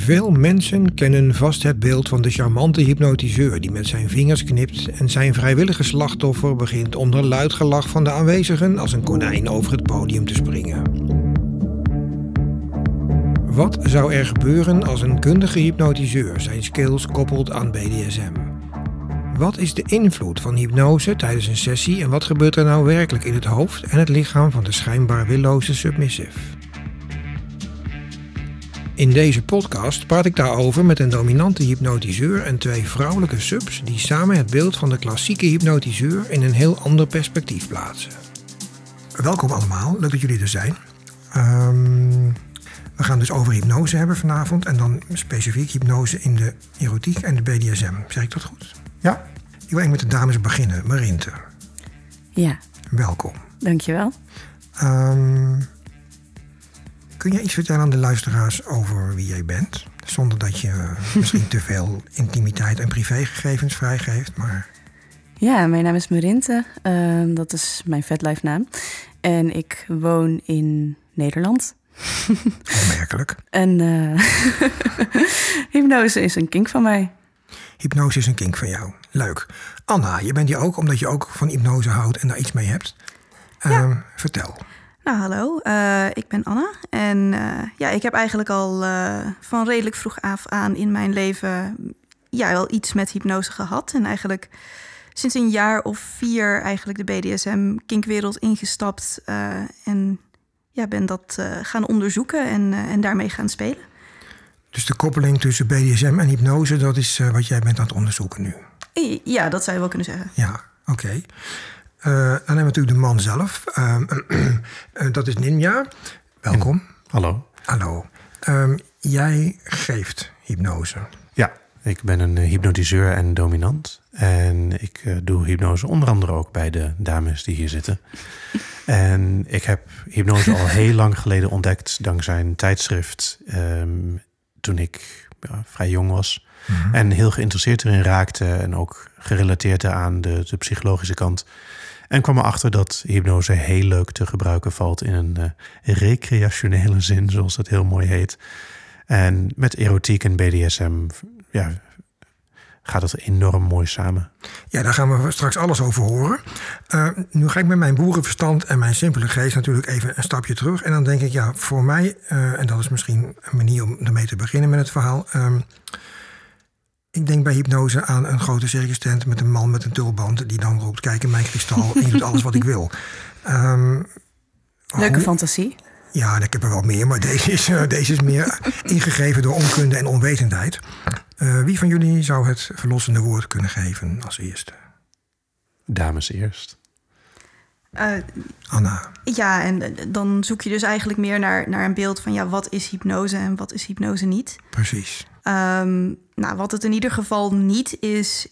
Veel mensen kennen vast het beeld van de charmante hypnotiseur die met zijn vingers knipt en zijn vrijwillige slachtoffer begint onder luid gelach van de aanwezigen als een konijn over het podium te springen. Wat zou er gebeuren als een kundige hypnotiseur zijn skills koppelt aan BDSM? Wat is de invloed van hypnose tijdens een sessie en wat gebeurt er nou werkelijk in het hoofd en het lichaam van de schijnbaar willoze submissive? In deze podcast praat ik daarover met een dominante hypnotiseur en 2 vrouwelijke subs die samen het beeld van de klassieke hypnotiseur in een heel ander perspectief plaatsen. Welkom allemaal, leuk dat jullie er zijn. We gaan dus over hypnose hebben vanavond en dan specifiek hypnose in de erotiek en de BDSM. Zeg ik dat goed? Ja. Ik wil met de dames beginnen. Marinte. Ja. Welkom. Dankjewel. Kun je iets vertellen aan de luisteraars over wie jij bent? Zonder dat je misschien te veel intimiteit en privégegevens vrijgeeft, maar... Ja, mijn naam is Marinte. Dat is mijn vetlijfnaam. En ik woon in Nederland. Opmerkelijk. En hypnose is een kink van mij. Hypnose is een kink van jou. Leuk. Anna, je bent hier ook omdat je ook van hypnose houdt en daar iets mee hebt. Ja. Vertel. Nou, hallo. Ik ben Anna. En ik heb eigenlijk al van redelijk vroeg af aan in mijn leven wel iets met hypnose gehad. En eigenlijk sinds een jaar of 4 eigenlijk de BDSM-kinkwereld ingestapt. En ben dat gaan onderzoeken en daarmee gaan spelen. Dus de koppeling tussen BDSM en hypnose, dat is wat jij bent aan het onderzoeken nu? Ja, dat zou je wel kunnen zeggen. Ja, oké. Dan hebben we natuurlijk de man zelf. Dat is Ninja. Welkom. Hallo. Hallo. Jij geeft hypnose. Ja, ik ben een hypnotiseur en dominant. En ik doe hypnose onder andere ook bij de dames die hier zitten. En ik heb hypnose al heel lang geleden ontdekt dankzij een tijdschrift toen ik vrij jong was. Mm-hmm. En heel geïnteresseerd erin raakte en ook gerelateerd aan de psychologische kant. En kwam erachter dat hypnose heel leuk te gebruiken valt in een recreationele zin, zoals dat heel mooi heet. En met erotiek en BDSM gaat het enorm mooi samen. Ja, daar gaan we straks alles over horen. Nu ga ik met mijn boerenverstand en mijn simpele geest natuurlijk even een stapje terug. En dan denk ik, voor mij, en dat is misschien een manier om ermee te beginnen met het verhaal. Ik denk bij hypnose aan een grote circus tent met een man met een tulband die dan roept, kijk in mijn kristal en je doet alles wat ik wil. Leuke fantasie. Ja, ik heb er wel meer, maar deze is meer ingegeven door onkunde en onwetendheid. Wie van jullie zou het verlossende woord kunnen geven als eerste? Dames eerst. Anna. Ja, en dan zoek je dus eigenlijk meer naar een beeld van wat is hypnose en wat is hypnose niet. Precies. Wat het in ieder geval niet is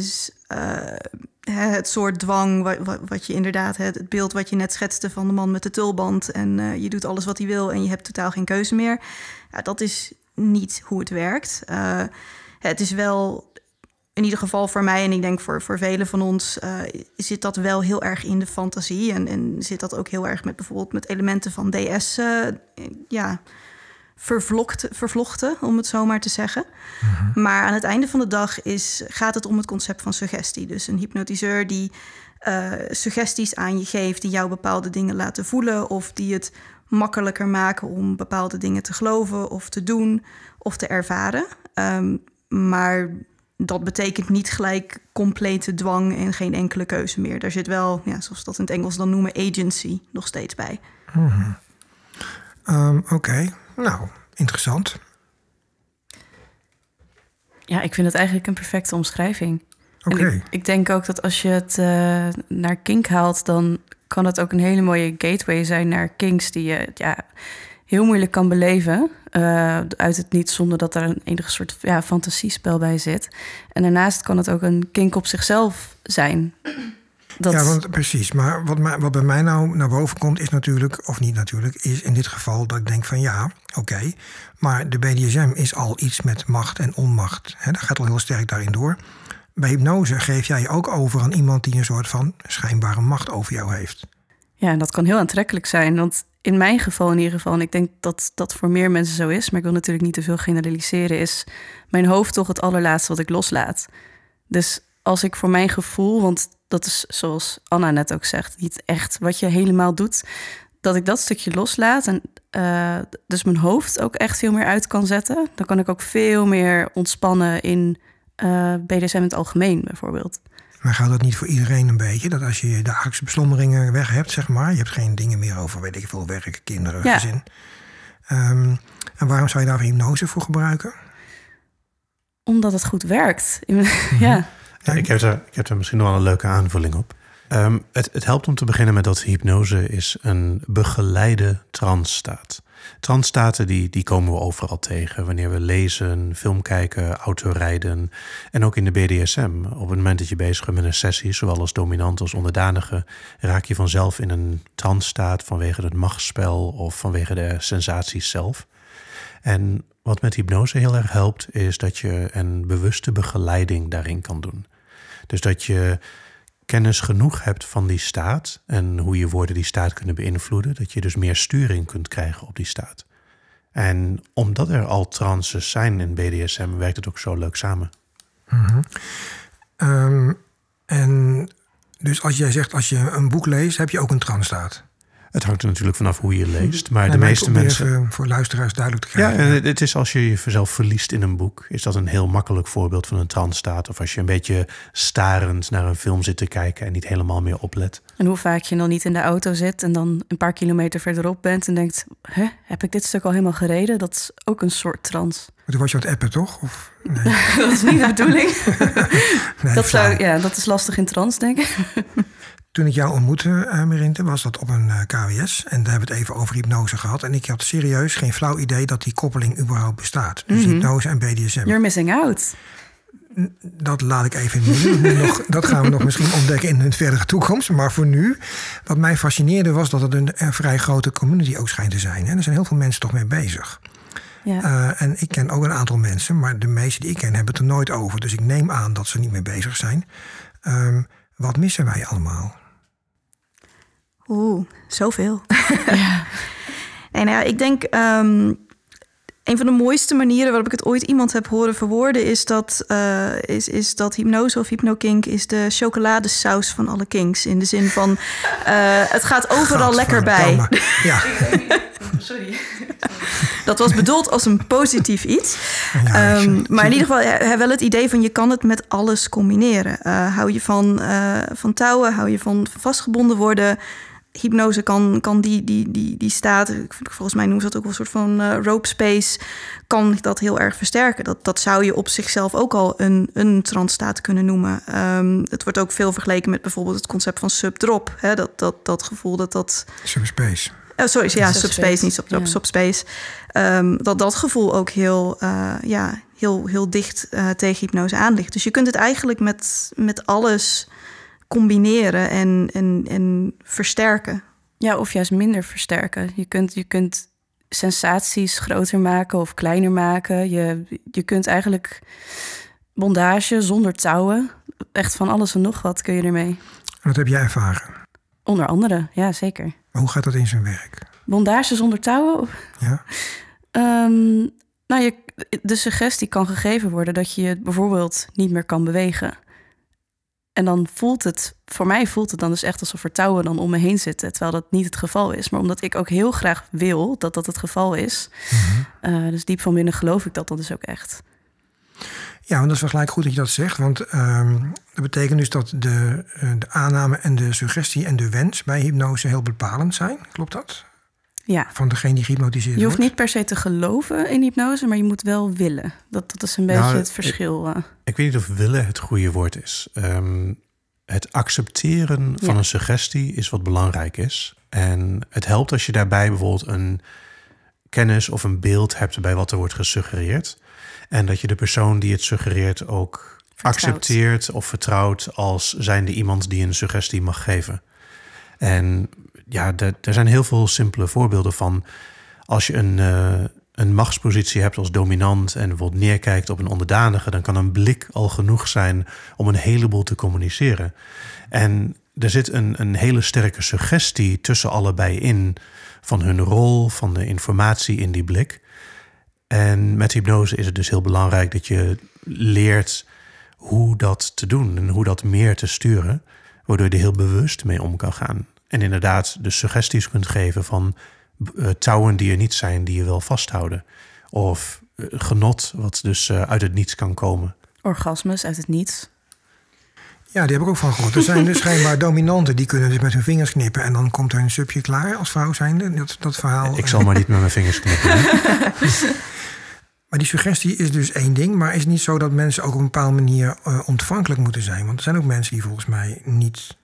het soort dwang wat je inderdaad, het beeld wat je net schetste van de man met de tulband en je doet alles wat hij wil en je hebt totaal geen keuze meer. Ja, dat is niet hoe het werkt. Het is wel, in ieder geval voor mij en ik denk voor velen van ons, zit dat wel heel erg in de fantasie en zit dat ook heel erg met bijvoorbeeld met elementen van DS, vervlochten, om het zo maar te zeggen. Mm-hmm. Maar aan het einde van de dag gaat het om het concept van suggestie. Dus een hypnotiseur die suggesties aan je geeft, die jou bepaalde dingen laten voelen of die het makkelijker maken om bepaalde dingen te geloven of te doen of te ervaren. Maar dat betekent niet gelijk complete dwang en geen enkele keuze meer. Daar zit wel, zoals dat in het Engels dan noemen, agency nog steeds bij. Mm-hmm. Oké. Nou, interessant. Ja, ik vind het eigenlijk een perfecte omschrijving. Oké. Ik denk ook dat als je het naar kink haalt, dan kan het ook een hele mooie gateway zijn naar kinks die je heel moeilijk kan beleven. Uit het niet zonder dat er een enige soort fantasiespel bij zit. En daarnaast kan het ook een kink op zichzelf zijn. Ja, want precies. Maar wat bij mij nou naar boven komt is natuurlijk, of niet natuurlijk, is in dit geval dat ik denk van oké, maar de BDSM is al iets met macht en onmacht. Dat gaat al heel sterk daarin door. Bij hypnose geef jij je ook over aan iemand die een soort van schijnbare macht over jou heeft. Ja, en dat kan heel aantrekkelijk zijn, want in mijn geval in ieder geval, en ik denk dat dat voor meer mensen zo is, maar ik wil natuurlijk niet te veel generaliseren, is mijn hoofd toch het allerlaatste wat ik loslaat. Dus als ik voor mijn gevoel, want dat is zoals Anna net ook zegt, niet echt wat je helemaal doet, dat ik dat stukje loslaat en dus mijn hoofd ook echt veel meer uit kan zetten, dan kan ik ook veel meer ontspannen in BDSM in het algemeen bijvoorbeeld. Maar gaat dat niet voor iedereen een beetje? Dat als je je dagelijkse beslommeringen weg hebt, zeg maar, je hebt geen dingen meer over, weet ik veel, werk, kinderen, gezin. En waarom zou je daar hypnose voor gebruiken? Omdat het goed werkt. Ja, ik heb er misschien nog wel een leuke aanvulling op. Het helpt om te beginnen met dat hypnose is een begeleide transstaat. Transstaten die komen we overal tegen. Wanneer we lezen, film kijken, autorijden. En ook in de BDSM. Op het moment dat je bezig bent met een sessie, zowel als dominant als onderdanige, raak je vanzelf in een transstaat vanwege het machtsspel of vanwege de sensaties zelf. En wat met hypnose heel erg helpt, is dat je een bewuste begeleiding daarin kan doen. Dus dat je kennis genoeg hebt van die staat en hoe je woorden die staat kunnen beïnvloeden, dat je dus meer sturing kunt krijgen op die staat. En omdat er al trances zijn in BDSM, werkt het ook zo leuk samen. En dus als jij zegt, als je een boek leest, heb je ook een transstaat? Het hangt er natuurlijk vanaf hoe je leest. Maar de meeste mensen. Even voor luisteraars duidelijk te krijgen. Ja, het is als je jezelf verliest in een boek, is dat een heel makkelijk voorbeeld van een transstaat. Of als je een beetje starend naar een film zit te kijken en niet helemaal meer oplet. En hoe vaak je dan niet in de auto zit en dan een paar kilometer verderop bent en denkt, heb ik dit stuk al helemaal gereden? Dat is ook een soort trans. Maar toen was je aan het appen, toch? Of, nee. Dat is niet de bedoeling. Nee, dat is lastig in trans, denk ik. Toen ik jou ontmoette, Merinte, was dat op een KWS. En daar hebben we het even over hypnose gehad. En ik had serieus geen flauw idee dat die koppeling überhaupt bestaat. Dus hypnose en BDSM. You're missing out. Dat laat ik even in midden. Dat gaan we nog misschien ontdekken in de verdere toekomst. Maar voor nu, wat mij fascineerde, was dat het een vrij grote community ook schijnt te zijn. En er zijn heel veel mensen toch mee bezig. Ja. En ik ken ook een aantal mensen, maar de meeste die ik ken hebben het er nooit over. Dus ik neem aan dat ze niet mee bezig zijn. Wat missen wij allemaal? Zoveel. Ja. En ik denk, een van de mooiste manieren waarop ik het ooit iemand heb horen verwoorden, is dat hypnose of hypnokink is de chocoladesaus van alle kinks. In de zin van, het gaat overal lekker bij. Ja. Sorry. Dat was bedoeld als een positief iets. Maar in ieder geval wel het idee van je kan het met alles combineren. Hou je van touwen, hou je van vastgebonden worden. Hypnose kan die staat, volgens mij noemen ze dat ook wel een soort van rope space, kan dat heel erg versterken. Dat zou je op zichzelf ook al een transstaat kunnen noemen. Het wordt ook veel vergeleken met bijvoorbeeld het concept van subdrop. Hè? Dat gevoel dat... Subspace. Subspace, niet subdrop, subspace. Dat gevoel ook heel dicht tegen hypnose aan ligt. Dus je kunt het eigenlijk met alles combineren en versterken. Ja, of juist minder versterken. Je kunt sensaties groter maken of kleiner maken. Je kunt eigenlijk bondage zonder touwen. Echt van alles en nog wat kun je ermee. En dat heb jij ervaren? Onder andere, ja, zeker. Maar hoe gaat dat in zijn werk? Bondage zonder touwen? Ja. De suggestie kan gegeven worden dat je bijvoorbeeld niet meer kan bewegen. En dan voor mij voelt het dan dus echt alsof er touwen dan om me heen zitten, terwijl dat niet het geval is. Maar omdat ik ook heel graag wil dat dat het geval is, dus diep van binnen geloof ik dat dus ook echt. Ja, want dat is wel gelijk goed dat je dat zegt. Want dat betekent dus dat de aanname en de suggestie en de wens bij hypnose heel bepalend zijn. Klopt dat? Ja. Van degene die gehypnotiseerd wordt? Je hoeft niet per se te geloven in hypnose, maar je moet wel willen. Dat is een beetje het verschil. Ik weet niet of willen het goede woord is. Het accepteren van een suggestie is wat belangrijk is. En het helpt als je daarbij bijvoorbeeld een kennis of een beeld hebt bij wat er wordt gesuggereerd. En dat je de persoon die het suggereert ook accepteert of vertrouwt als zijnde iemand die een suggestie mag geven. En ja, er zijn heel veel simpele voorbeelden van. Als je een machtspositie hebt als dominant en bijvoorbeeld neerkijkt op een onderdanige, dan kan een blik al genoeg zijn om een heleboel te communiceren. En er zit een hele sterke suggestie tussen allebei in, van hun rol, van de informatie in die blik. En met hypnose is het dus heel belangrijk dat je leert hoe dat te doen en hoe dat meer te sturen, waardoor je er heel bewust mee om kan gaan. En inderdaad de suggesties kunt geven van touwen die er niet zijn, die je wel vasthouden. Of genot, wat dus uit het niets kan komen. Orgasmes uit het niets. Ja, die heb ik ook van gehoord. Er zijn dus schijnbaar dominanten die kunnen dus met hun vingers knippen en dan komt er een subje klaar als vrouw zijnde. Dat verhaal. Ik zal maar niet met mijn vingers knippen. Maar die suggestie is dus één ding, maar is het niet zo dat mensen ook op een bepaalde manier ontvankelijk moeten zijn? Want er zijn ook mensen die volgens mij niet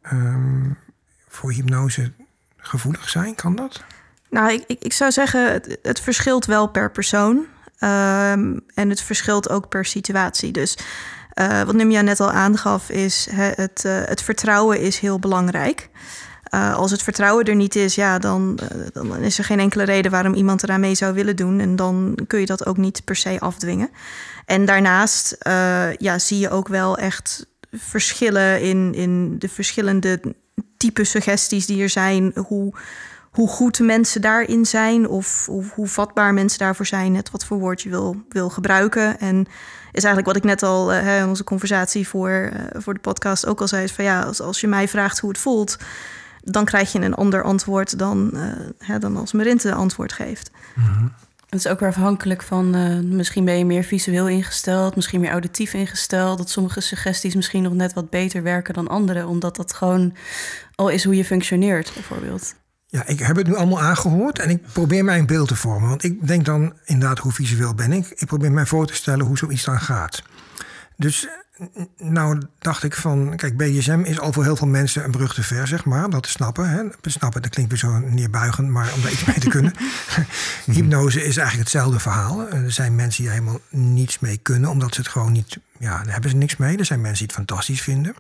voor hypnose gevoelig zijn. Kan dat? Nou, ik zou zeggen, het verschilt wel per persoon. En het verschilt ook per situatie. Dus wat Nimja net al aangaf is, het vertrouwen is heel belangrijk. Als het vertrouwen er niet is, ja, dan is er geen enkele reden waarom iemand eraan mee zou willen doen. En dan kun je dat ook niet per se afdwingen. En daarnaast zie je ook wel echt verschillen in de verschillende type suggesties die er zijn. Hoe goed mensen daarin zijn of hoe vatbaar mensen daarvoor zijn. Net wat voor woord je wil gebruiken. En is eigenlijk wat ik net al in onze conversatie voor de podcast ook al zei. Is van ja, als je mij vraagt hoe het voelt, dan krijg je een ander antwoord dan als Merinte antwoord geeft. Mm-hmm. Het is ook weer afhankelijk van, misschien ben je meer visueel ingesteld, misschien meer auditief ingesteld. Dat sommige suggesties misschien nog net wat beter werken dan andere, omdat dat gewoon al is hoe je functioneert, bijvoorbeeld. Ja, ik heb het nu allemaal aangehoord en ik probeer mij een beeld te vormen. Want ik denk dan inderdaad, hoe visueel ben ik? Ik probeer mij voor te stellen hoe zoiets dan gaat. Dus nou dacht ik van, kijk, BDSM is al voor heel veel mensen een brug te ver, zeg maar. Dat te snappen. Hè? Besnappen, dat klinkt weer zo neerbuigend, maar om daar iets mee te kunnen. Hypnose is eigenlijk hetzelfde verhaal. Er zijn mensen die er helemaal niets mee kunnen, omdat ze het gewoon niet, ja, daar hebben ze niks mee. Er zijn mensen die het fantastisch vinden.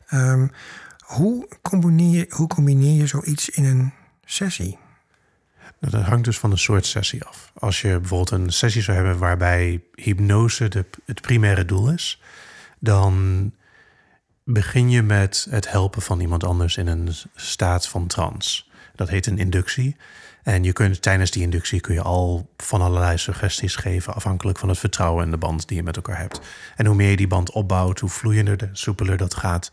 Hoe combineer je zoiets in een sessie? Dat hangt dus van de soort sessie af. Als je bijvoorbeeld een sessie zou hebben waarbij hypnose het primaire doel is, dan begin je met het helpen van iemand anders in een staat van trance. Dat heet een inductie. En je kunt tijdens die inductie kun je al van allerlei suggesties geven, afhankelijk van het vertrouwen en de band die je met elkaar hebt. En hoe meer je die band opbouwt, hoe vloeiender, soepeler dat gaat.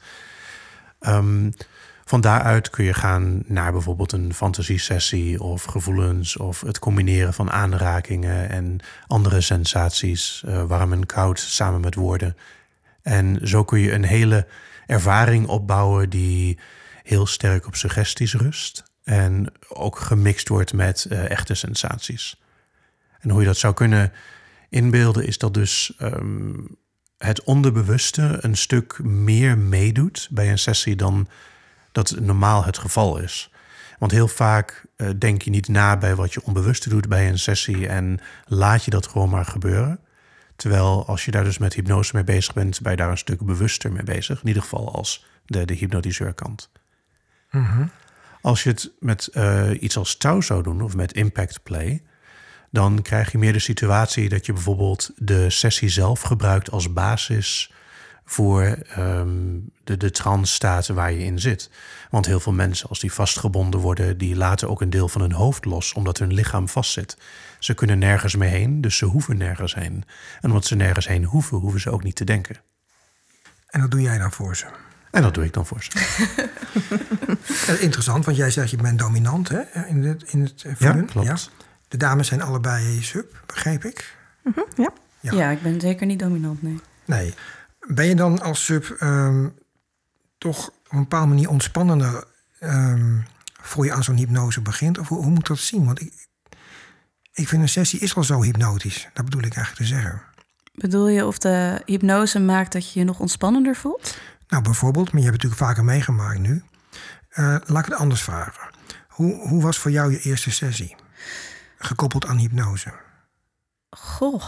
Van daaruit kun je gaan naar bijvoorbeeld een fantasiesessie of gevoelens of het combineren van aanrakingen en andere sensaties, warm en koud samen met woorden. En zo kun je een hele ervaring opbouwen die heel sterk op suggesties rust en ook gemixt wordt met echte sensaties. En hoe je dat zou kunnen inbeelden is dat dus het onderbewuste een stuk meer meedoet bij een sessie dan dat normaal het geval is. Want heel vaak denk je niet na bij wat je onbewuste doet bij een sessie en laat je dat gewoon maar gebeuren. Terwijl als je daar dus met hypnose mee bezig bent, ben je daar een stuk bewuster mee bezig. In ieder geval als de hypnotiseurkant. Mm-hmm. Als je het met iets als touw zou doen of met impact play, dan krijg je meer de situatie dat je bijvoorbeeld de sessie zelf gebruikt als basis voor de trance-staat waar je in zit. Want heel veel mensen, als die vastgebonden worden, die laten ook een deel van hun hoofd los, omdat hun lichaam vastzit. Ze kunnen nergens meer heen, dus ze hoeven nergens heen. En omdat ze nergens heen hoeven, hoeven ze ook niet te denken. En dat doe jij dan voor ze? En dat doe ik dan voor ze. Interessant, want jij zegt je bent dominant, hè, in het voelen. Ja, klopt. Ja. De dames zijn allebei sub, begrijp ik? Mm-hmm, ja. Ja, ik ben zeker niet dominant, nee. Nee. Ben je dan als sub toch op een bepaalde manier ontspannender voor je aan zo'n hypnose begint? Of hoe moet dat zien? Want ik vind een sessie is al zo hypnotisch. Dat bedoel ik eigenlijk te zeggen. Bedoel je of de hypnose maakt dat je je nog ontspannender voelt? Nou, bijvoorbeeld, maar je hebt het natuurlijk vaker meegemaakt nu. Laat ik het anders vragen. Hoe was voor jou je eerste sessie? Gekoppeld aan hypnose. Goh.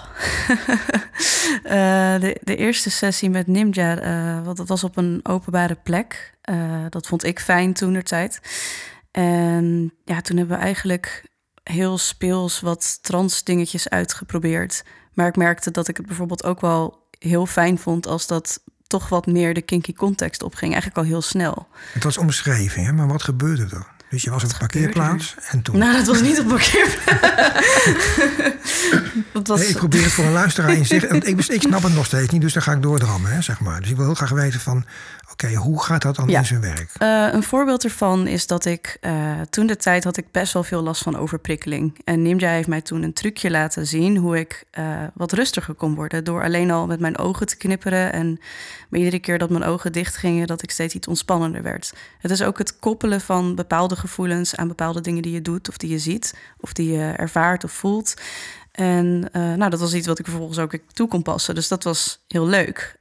De eerste sessie met Nimja, dat was op een openbare plek. Dat vond ik fijn toentertijd. En ja, toen hebben we eigenlijk heel speels wat trance dingetjes uitgeprobeerd. Maar ik merkte dat ik het bijvoorbeeld ook wel heel fijn vond als dat toch wat meer de kinky context opging. Eigenlijk al heel snel. Het was omschreven, hè? Maar wat gebeurde er? Dus je was op de parkeerplaats en toen... Nou, dat was niet op parkeerplaats. Nee, ik probeer het voor een luisteraar in zich... Ik snap het nog steeds niet, dus dan ga ik doordrammen, hè, zeg maar. Dus ik wil heel graag weten van... Oké, hoe gaat dat dan in zijn werk? Een voorbeeld ervan is dat ik... toen de tijd had ik best wel veel last van overprikkeling. En Nimja heeft mij toen een trucje laten zien... hoe ik wat rustiger kon worden... door alleen al met mijn ogen te knipperen... en bij iedere keer dat mijn ogen dicht gingen... dat ik steeds iets ontspannender werd. Het is ook het koppelen van bepaalde gevoelens... aan bepaalde dingen die je doet of die je ziet... of die je ervaart of voelt... En dat was iets wat ik vervolgens ook toe kon passen. Dus dat was heel leuk.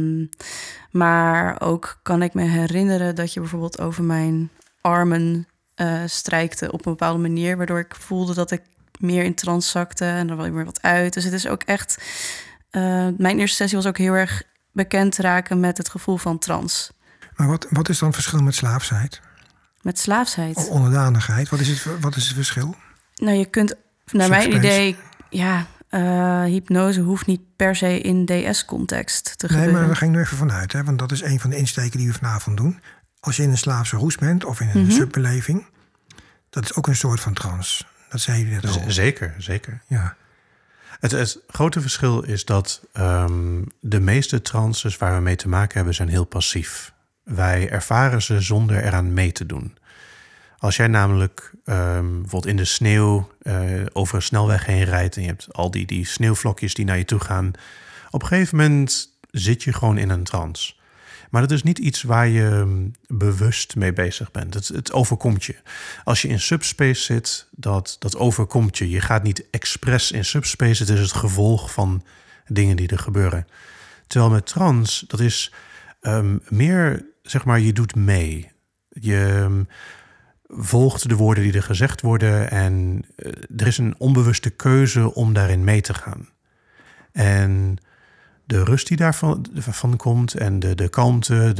Maar ook kan ik me herinneren dat je bijvoorbeeld over mijn armen strijkte op een bepaalde manier. Waardoor ik voelde dat ik meer in trance zakte en er wel weer wat uit. Dus het is ook echt... mijn eerste sessie was ook heel erg bekend raken met het gevoel van trance. Maar wat is dan het verschil met slaafsheid? Met slaafsheid? Of onderdanigheid. Wat is het verschil? Nou, je kunt, naar mijn idee... Ja, hypnose hoeft niet per se in DS-context te gebeuren. Nee, maar daar ga ik nu even vanuit. Hè, want dat is een van de insteken die we vanavond doen. Als je in een slaafse roes bent of in een subbeleving... dat is ook een soort van trance. Dat zei je net al. Zeker. Ja. Het grote verschil is dat de meeste trances waar we mee te maken hebben... zijn heel passief. Wij ervaren ze zonder eraan mee te doen. Als jij namelijk bijvoorbeeld in de sneeuw over een snelweg heen rijdt... en je hebt al die sneeuwvlokjes die naar je toe gaan... op een gegeven moment zit je gewoon in een trance. Maar dat is niet iets waar je bewust mee bezig bent. Het overkomt je. Als je in subspace zit, dat overkomt je. Je gaat niet expres in subspace. Het is het gevolg van dingen die er gebeuren. Terwijl met trance, dat is meer, zeg maar, je doet mee. Je... volgt de woorden die er gezegd worden... en er is een onbewuste keuze om daarin mee te gaan. En de rust die daarvan komt... en de kalmte,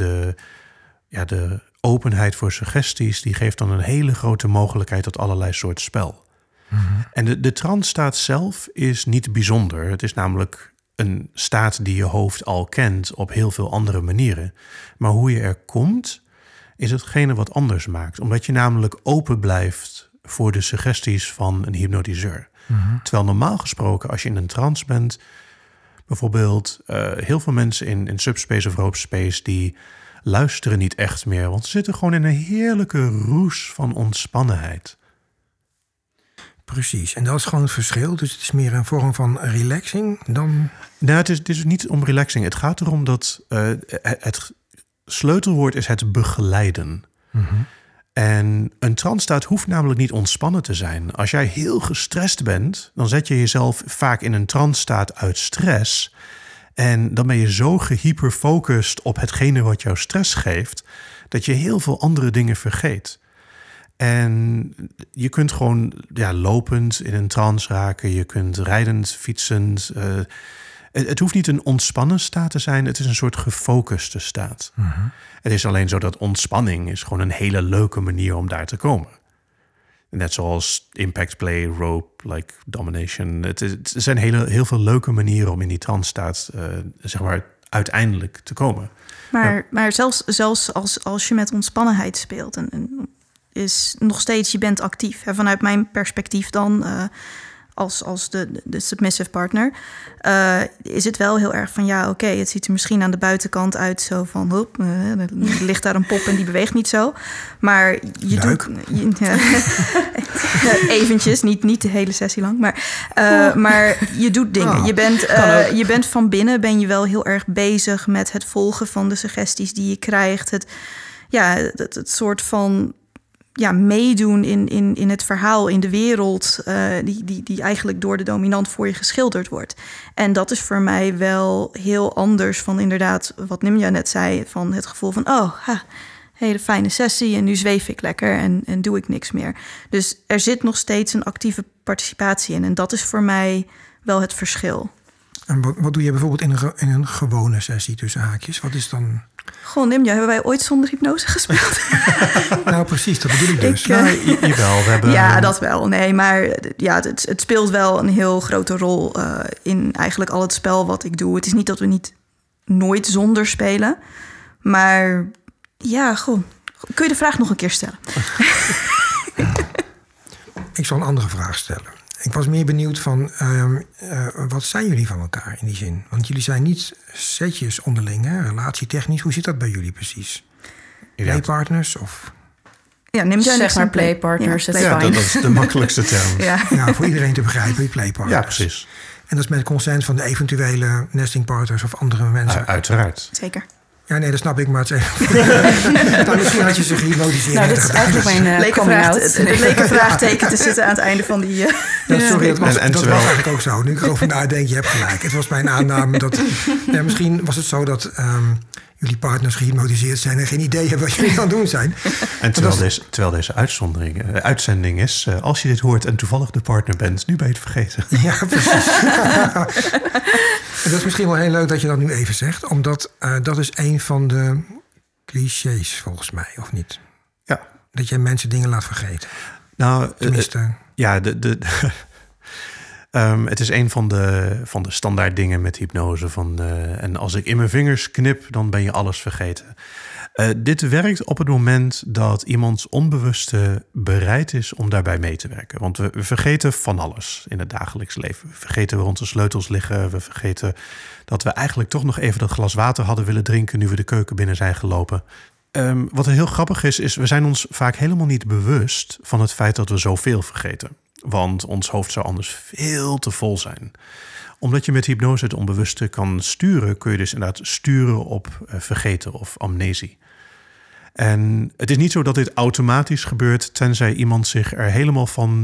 de openheid voor suggesties... die geeft dan een hele grote mogelijkheid tot allerlei soort spel. Mm-hmm. En de trance-staat zelf is niet bijzonder. Het is namelijk een staat die je hoofd al kent... op heel veel andere manieren. Maar hoe je er komt... is hetgene wat anders maakt. Omdat je namelijk open blijft voor de suggesties van een hypnotiseur. Mm-hmm. Terwijl normaal gesproken, als je in een trance bent... bijvoorbeeld heel veel mensen in subspace of rope-space... die luisteren niet echt meer. Want ze zitten gewoon in een heerlijke roes van ontspannenheid. Precies, en dat is gewoon het verschil. Dus het is meer een vorm van relaxing dan... Nou, het is niet om relaxing. Het gaat erom dat het sleutelwoord is het begeleiden. Mm-hmm. En een trance-staat hoeft namelijk niet ontspannen te zijn. Als jij heel gestrest bent, dan zet je jezelf vaak in een trance-staat uit stress. En dan ben je zo gehyperfocust op hetgene wat jou stress geeft, dat je heel veel andere dingen vergeet. En je kunt gewoon lopend in een trance raken. Je kunt rijdend, fietsend. Het hoeft niet een ontspannen staat te zijn. Het is een soort gefocuste staat. Mm-hmm. Het is alleen zo dat ontspanning is gewoon een hele leuke manier om daar te komen. Net zoals impact play, rope, like domination. Er zijn heel veel leuke manieren om in die trance staat zeg maar uiteindelijk te komen. Maar zelfs als je met ontspannenheid speelt... en is nog steeds, je bent actief. Hè? Vanuit mijn perspectief dan... als de submissive partner... is het wel heel erg van... oké, het ziet er misschien aan de buitenkant uit... zo van, er ligt daar een pop en die beweegt niet zo. Maar je doet... eventjes, niet de hele sessie lang. Maar je doet dingen. Je bent van binnen ben je wel heel erg bezig... met het volgen van de suggesties die je krijgt. Het soort van... meedoen in het verhaal, in de wereld... die eigenlijk door de dominant voor je geschilderd wordt. En dat is voor mij wel heel anders van inderdaad... wat Nimja net zei, van het gevoel van... hele fijne sessie en nu zweef ik lekker en doe ik niks meer. Dus er zit nog steeds een actieve participatie in. En dat is voor mij wel het verschil. En wat doe je bijvoorbeeld in een gewone sessie tussen haakjes? Wat is dan... Goh, Nimja, hebben wij ooit zonder hypnose gespeeld? Nou, precies, dat bedoel ik dus. Jawel, we hebben... Ja, dat wel. Nee, maar het speelt wel een heel grote rol in eigenlijk al het spel wat ik doe. Het is niet dat we niet nooit zonder spelen. Maar ja, goh. Kun je de vraag nog een keer stellen? Ik zal een andere vraag stellen. Ik was meer benieuwd van, wat zijn jullie van elkaar in die zin? Want jullie zijn niet setjes onderling, hè? Relatietechnisch. Hoe zit dat bij jullie precies? Playpartners of... Ja, neem jij zeg maar playpartners. Ja, dat is de makkelijkste term. Ja, voor iedereen te begrijpen, playpartners. Ja, precies. En dat is met consent van de eventuele nestingpartners of andere mensen. Uiteraard. Zeker. Ja, nee, dat snap ik, maar het is nou, misschien had je ze gehypnotiseerd. Nou, dit is eigenlijk mijn coming out. Het leek een vraagteken te zitten aan het einde van die... Sorry, dat was terwijl... eigenlijk ook zo. Nu ik erover nadenk, je hebt gelijk. Het was mijn aanname dat... misschien was het zo dat jullie partners gehypnotiseerd zijn... en geen idee hebben wat jullie aan het doen zijn. En terwijl deze uitzending is... als je dit hoort en toevallig de partner bent... nu ben je het vergeten. Ja, precies. En dat is misschien wel heel leuk dat je dat nu even zegt... omdat dat is een van de clichés volgens mij, of niet? Ja. Dat je mensen dingen laat vergeten. Nou, tenminste... het is een van de standaard dingen met hypnose. En als ik in mijn vingers knip, dan ben je alles vergeten. Dit werkt op het moment dat iemands onbewuste bereid is om daarbij mee te werken. Want we vergeten van alles in het dagelijks leven. We vergeten waar onze sleutels liggen. We vergeten dat we eigenlijk toch nog even dat glas water hadden willen drinken... nu we de keuken binnen zijn gelopen. Wat er heel grappig is, we zijn ons vaak helemaal niet bewust van het feit dat we zoveel vergeten. Want ons hoofd zou anders veel te vol zijn. Omdat je met hypnose het onbewuste kan sturen... kun je dus inderdaad sturen op vergeten of amnesie. En het is niet zo dat dit automatisch gebeurt... tenzij iemand zich er helemaal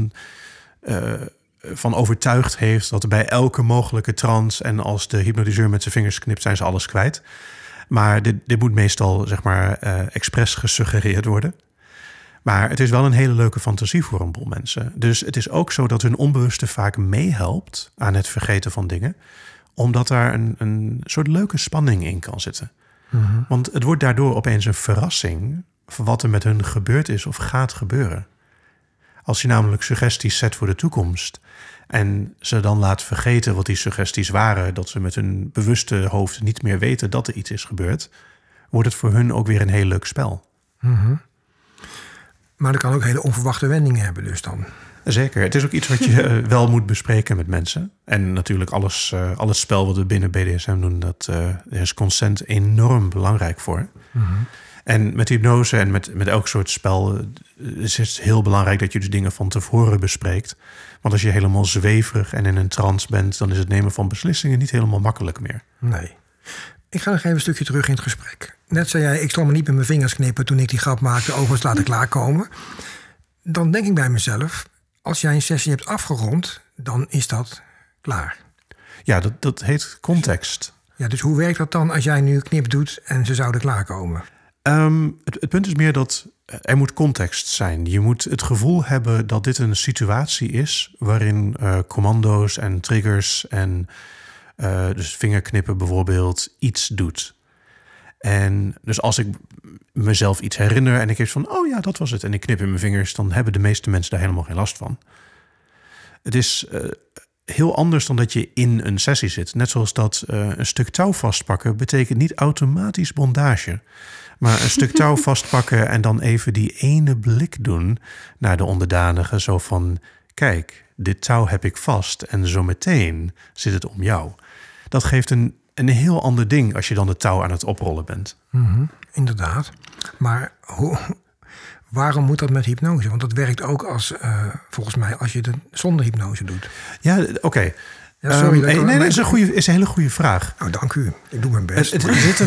van overtuigd heeft... dat bij elke mogelijke trance... en als de hypnotiseur met zijn vingers knipt... zijn ze alles kwijt. Maar dit moet meestal expres gesuggereerd worden... Maar het is wel een hele leuke fantasie voor een boel mensen. Dus het is ook zo dat hun onbewuste vaak meehelpt aan het vergeten van dingen. Omdat daar een soort leuke spanning in kan zitten. Mm-hmm. Want het wordt daardoor opeens een verrassing voor wat er met hun gebeurd is of gaat gebeuren. Als je namelijk suggesties zet voor de toekomst... en ze dan laat vergeten wat die suggesties waren... dat ze met hun bewuste hoofd niet meer weten dat er iets is gebeurd... wordt het voor hun ook weer een heel leuk spel. Mm-hmm. Maar dat kan ook hele onverwachte wendingen hebben dus dan. Zeker. Het is ook iets wat je wel moet bespreken met mensen. En natuurlijk alles spel wat we binnen BDSM doen... dat is consent enorm belangrijk voor. Mm-hmm. En met hypnose en met elk soort spel... is het heel belangrijk dat je dus dingen van tevoren bespreekt. Want als je helemaal zweverig en in een trance bent... dan is het nemen van beslissingen niet helemaal makkelijk meer. Nee. Ik ga nog even een stukje terug in het gesprek. Net zei jij, ik zal me niet met mijn vingers knippen... toen ik die grap maakte, overigens laten klaarkomen. Dan denk ik bij mezelf... als jij een sessie hebt afgerond, dan is dat klaar. Ja, dat heet context. Ja, dus hoe werkt dat dan als jij nu knip doet... en ze zouden klaarkomen? Het punt is meer dat er moet context zijn. Je moet het gevoel hebben dat dit een situatie is... waarin commando's en triggers en... dus vingerknippen bijvoorbeeld iets doet. En dus als ik mezelf iets herinner en ik heb van... oh ja, dat was het, en ik knip in mijn vingers... dan hebben de meeste mensen daar helemaal geen last van. Het is heel anders dan dat je in een sessie zit. Net zoals dat een stuk touw vastpakken... betekent niet automatisch bondage. Maar een stuk touw vastpakken en dan even die ene blik doen... naar de onderdanige, zo van... kijk, dit touw heb ik vast en zo meteen zit het om jou. Dat geeft een heel ander ding als je dan het touw aan het oprollen bent. Mm-hmm, inderdaad. Maar waarom moet dat met hypnose? Want dat werkt ook als, volgens mij, als je het zonder hypnose doet. Ja, oké. Ja, sorry. Dat is een hele goede vraag. Nou, dank u. Ik doe mijn best. Er zit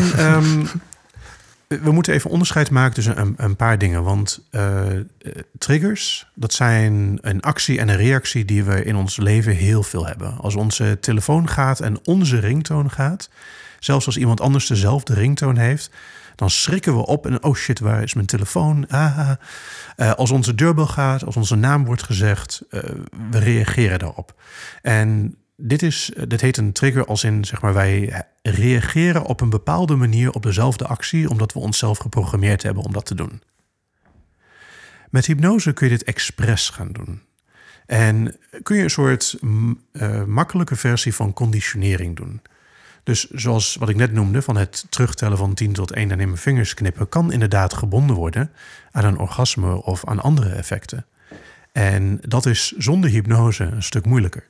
we moeten even onderscheid maken tussen een paar dingen. Want triggers, dat zijn een actie en een reactie... die we in ons leven heel veel hebben. Als onze telefoon gaat en onze ringtoon gaat... zelfs als iemand anders dezelfde ringtoon heeft... dan schrikken we op en oh shit, waar is mijn telefoon? Als onze deurbel gaat, als onze naam wordt gezegd... we reageren daarop. En dit heet een trigger als in, zeg maar, wij reageren op een bepaalde manier op dezelfde actie... omdat we onszelf geprogrammeerd hebben om dat te doen. Met hypnose kun je dit expres gaan doen. En kun je een soort makkelijke versie van conditionering doen. Dus zoals wat ik net noemde, van het terugtellen van 10 tot 1 en in mijn vingers knippen, kan inderdaad gebonden worden aan een orgasme of aan andere effecten. En dat is zonder hypnose een stuk moeilijker.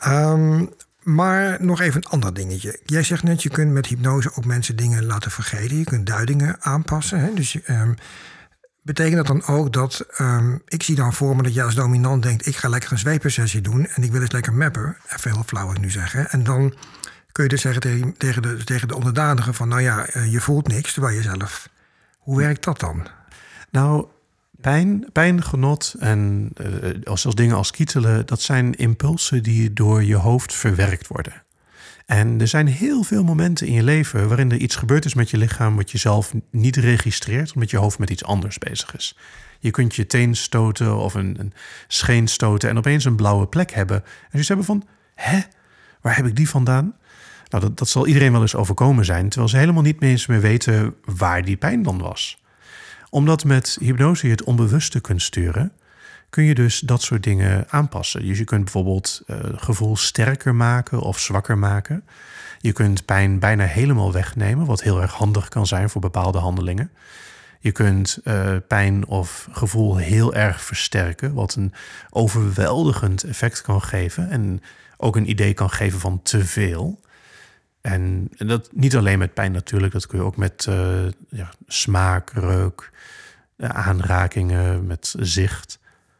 Maar nog even een ander dingetje. Jij zegt net, je kunt met hypnose ook mensen dingen laten vergeten. Je kunt duidingen aanpassen. Hè? Dus betekent dat dan ook dat... ik zie dan voor me dat jij als dominant denkt... ik ga lekker een zweepersessie doen en ik wil eens lekker mappen. Even heel flauw wat ik nu zeg. Hè? En dan kun je dus zeggen tegen de onderdanigen van... nou ja, je voelt niks, terwijl je zelf... Hoe werkt dat dan? Nou, pijn, genot en als dingen als kietelen... dat zijn impulsen die door je hoofd verwerkt worden. En er zijn heel veel momenten in je leven... waarin er iets gebeurd is met je lichaam... wat je zelf niet registreert... omdat je hoofd met iets anders bezig is. Je kunt je teen stoten of een scheen stoten... en opeens een blauwe plek hebben. En dus hebben van, waar heb ik die vandaan? Nou, dat zal iedereen wel eens overkomen zijn... terwijl ze helemaal niet eens meer weten waar die pijn dan was. Omdat met hypnose je het onbewuste kunt sturen... kun je dus dat soort dingen aanpassen. Dus je kunt bijvoorbeeld gevoel sterker maken of zwakker maken. Je kunt pijn bijna helemaal wegnemen... wat heel erg handig kan zijn voor bepaalde handelingen. Je kunt pijn of gevoel heel erg versterken... wat een overweldigend effect kan geven... en ook een idee kan geven van te veel... En dat niet alleen met pijn natuurlijk, dat kun je ook met smaak, reuk, aanrakingen, met zicht.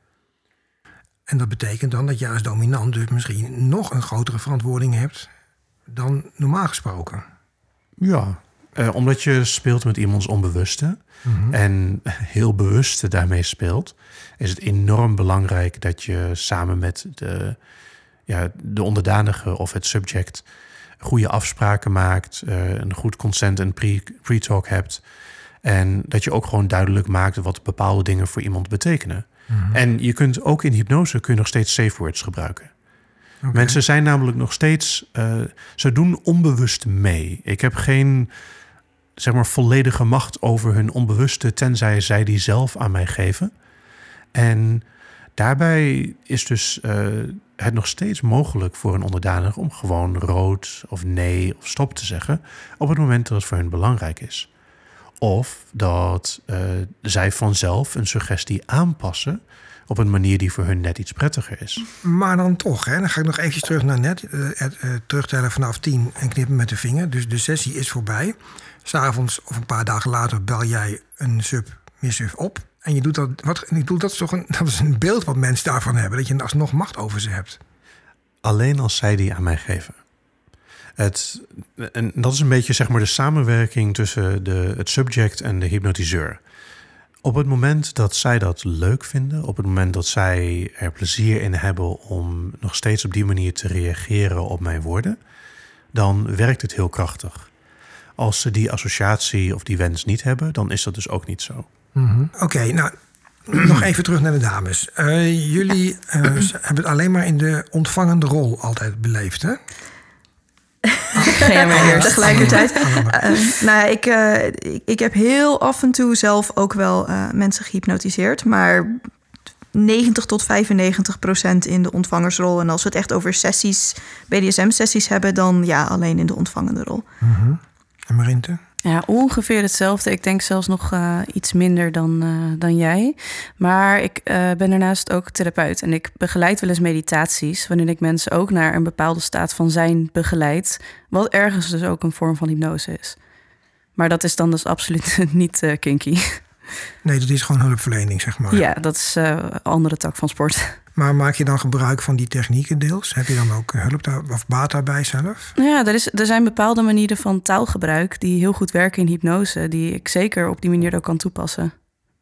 En dat betekent dan dat je als dominant dus misschien nog een grotere verantwoording hebt dan normaal gesproken. Ja, omdat je speelt met iemands onbewuste en heel bewust daarmee speelt, is het enorm belangrijk dat je samen met de onderdanige of het subject goede afspraken maakt, een goed consent en pre-talk hebt. En dat je ook gewoon duidelijk maakt wat bepaalde dingen voor iemand betekenen. En je kunt ook in hypnose nog steeds safe words gebruiken. Okay. Mensen zijn namelijk nog steeds... ze doen onbewust mee. Ik heb geen volledige macht over hun onbewuste... tenzij zij die zelf aan mij geven. En daarbij is dus het nog steeds mogelijk voor een onderdanige... om gewoon rood of nee of stop te zeggen... op het moment dat het voor hun belangrijk is. Of dat zij vanzelf een suggestie aanpassen... op een manier die voor hun net iets prettiger is. Maar dan toch, dan ga ik nog eventjes terug naar net. Terugtellen vanaf 10 en knippen met de vinger. Dus de sessie is voorbij. 'S Avonds of een paar dagen later bel jij een sub op... En je doet dat. Dat is een beeld wat mensen daarvan hebben. Dat je alsnog macht over ze hebt. Alleen als zij die aan mij geven. En dat is een beetje de samenwerking tussen het subject en de hypnotiseur. Op het moment dat zij dat leuk vinden, op het moment dat zij er plezier in hebben om nog steeds op die manier te reageren op mijn woorden, dan werkt het heel krachtig. Als ze die associatie of die wens niet hebben, dan is dat dus ook niet zo. Oké, nou, nog even terug naar de dames. Jullie hebben het alleen maar in de ontvangende rol altijd beleefd, hè? Tegelijkertijd. Ik heb heel af en toe zelf ook wel mensen gehypnotiseerd, maar 90 tot 95% in de ontvangersrol. En als we het echt over sessies, BDSM-sessies hebben, dan alleen in de ontvangende rol. En Marinte? Ja, ongeveer hetzelfde. Ik denk zelfs nog iets minder dan jij. Maar ik ben daarnaast ook therapeut. En ik begeleid wel eens meditaties... waarin ik mensen ook naar een bepaalde staat van zijn begeleid... wat ergens dus ook een vorm van hypnose is. Maar dat is dan dus absoluut niet kinky. Nee, dat is gewoon hulpverlening, zeg maar. Ja, dat is een andere tak van sport. Maar maak je dan gebruik van die technieken deels? Heb je dan ook hulp of baat daarbij zelf? Ja, er zijn bepaalde manieren van taalgebruik... die heel goed werken in hypnose... die ik zeker op die manier ook kan toepassen.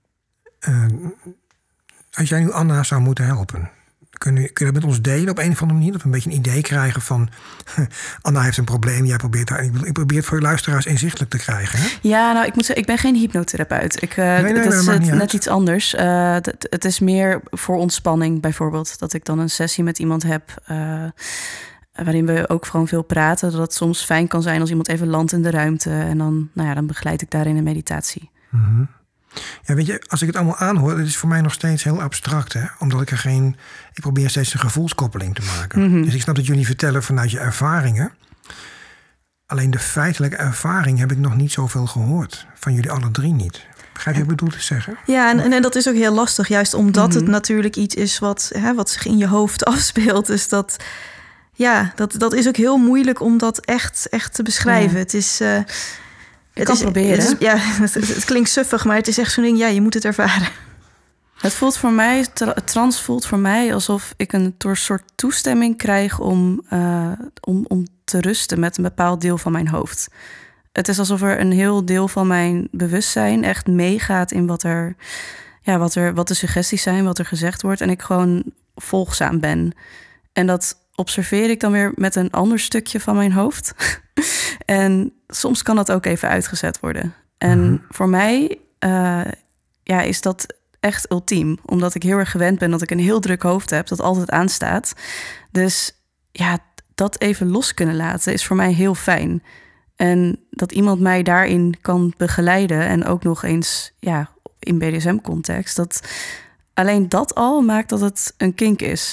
Als jij nu Anna zou moeten helpen... Kun je dat met ons delen op een of andere manier? Dat we een beetje een idee krijgen van... Anna heeft een probleem, jij probeert haar... Ik probeer het voor je luisteraars inzichtelijk te krijgen. Hè? Ja, nou, ik moet zeggen, ik ben geen hypnotherapeut. Dat is net iets anders. Het is meer voor ontspanning bijvoorbeeld. Dat ik dan een sessie met iemand heb... waarin we ook gewoon veel praten. Dat het soms fijn kan zijn als iemand even landt in de ruimte. En dan begeleid ik daarin een meditatie. Ja, weet je, als ik het allemaal aanhoor, het is voor mij nog steeds heel abstract, hè? Omdat ik ik probeer steeds een gevoelskoppeling te maken. Dus ik snap dat jullie vertellen vanuit je ervaringen. Alleen de feitelijke ervaring heb ik nog niet zoveel gehoord. Van jullie alle drie niet. Begrijp je wat ik bedoel te zeggen? Ja, en dat is ook heel lastig. Juist omdat het natuurlijk iets is wat zich in je hoofd afspeelt. Dus dat is ook heel moeilijk om dat echt te beschrijven. Het is... Ik kan proberen. Het klinkt suffig, maar het is echt zo'n ding... Ja, je moet het ervaren. Het voelt voor mij, trans voelt voor mij alsof ik een soort toestemming krijg om te rusten met een bepaald deel van mijn hoofd. Het is alsof er een heel deel van mijn bewustzijn echt meegaat in wat de suggesties zijn, wat er gezegd wordt. En ik gewoon volgzaam ben. En dat observeer ik dan weer met een ander stukje van mijn hoofd. En soms kan dat ook even uitgezet worden. En voor mij is dat echt ultiem. Omdat ik heel erg gewend ben dat ik een heel druk hoofd heb, dat altijd aanstaat. Dus ja, dat even los kunnen laten is voor mij heel fijn. En dat iemand mij daarin kan begeleiden en ook nog eens in BDSM-context. Alleen dat al maakt dat het een kink is.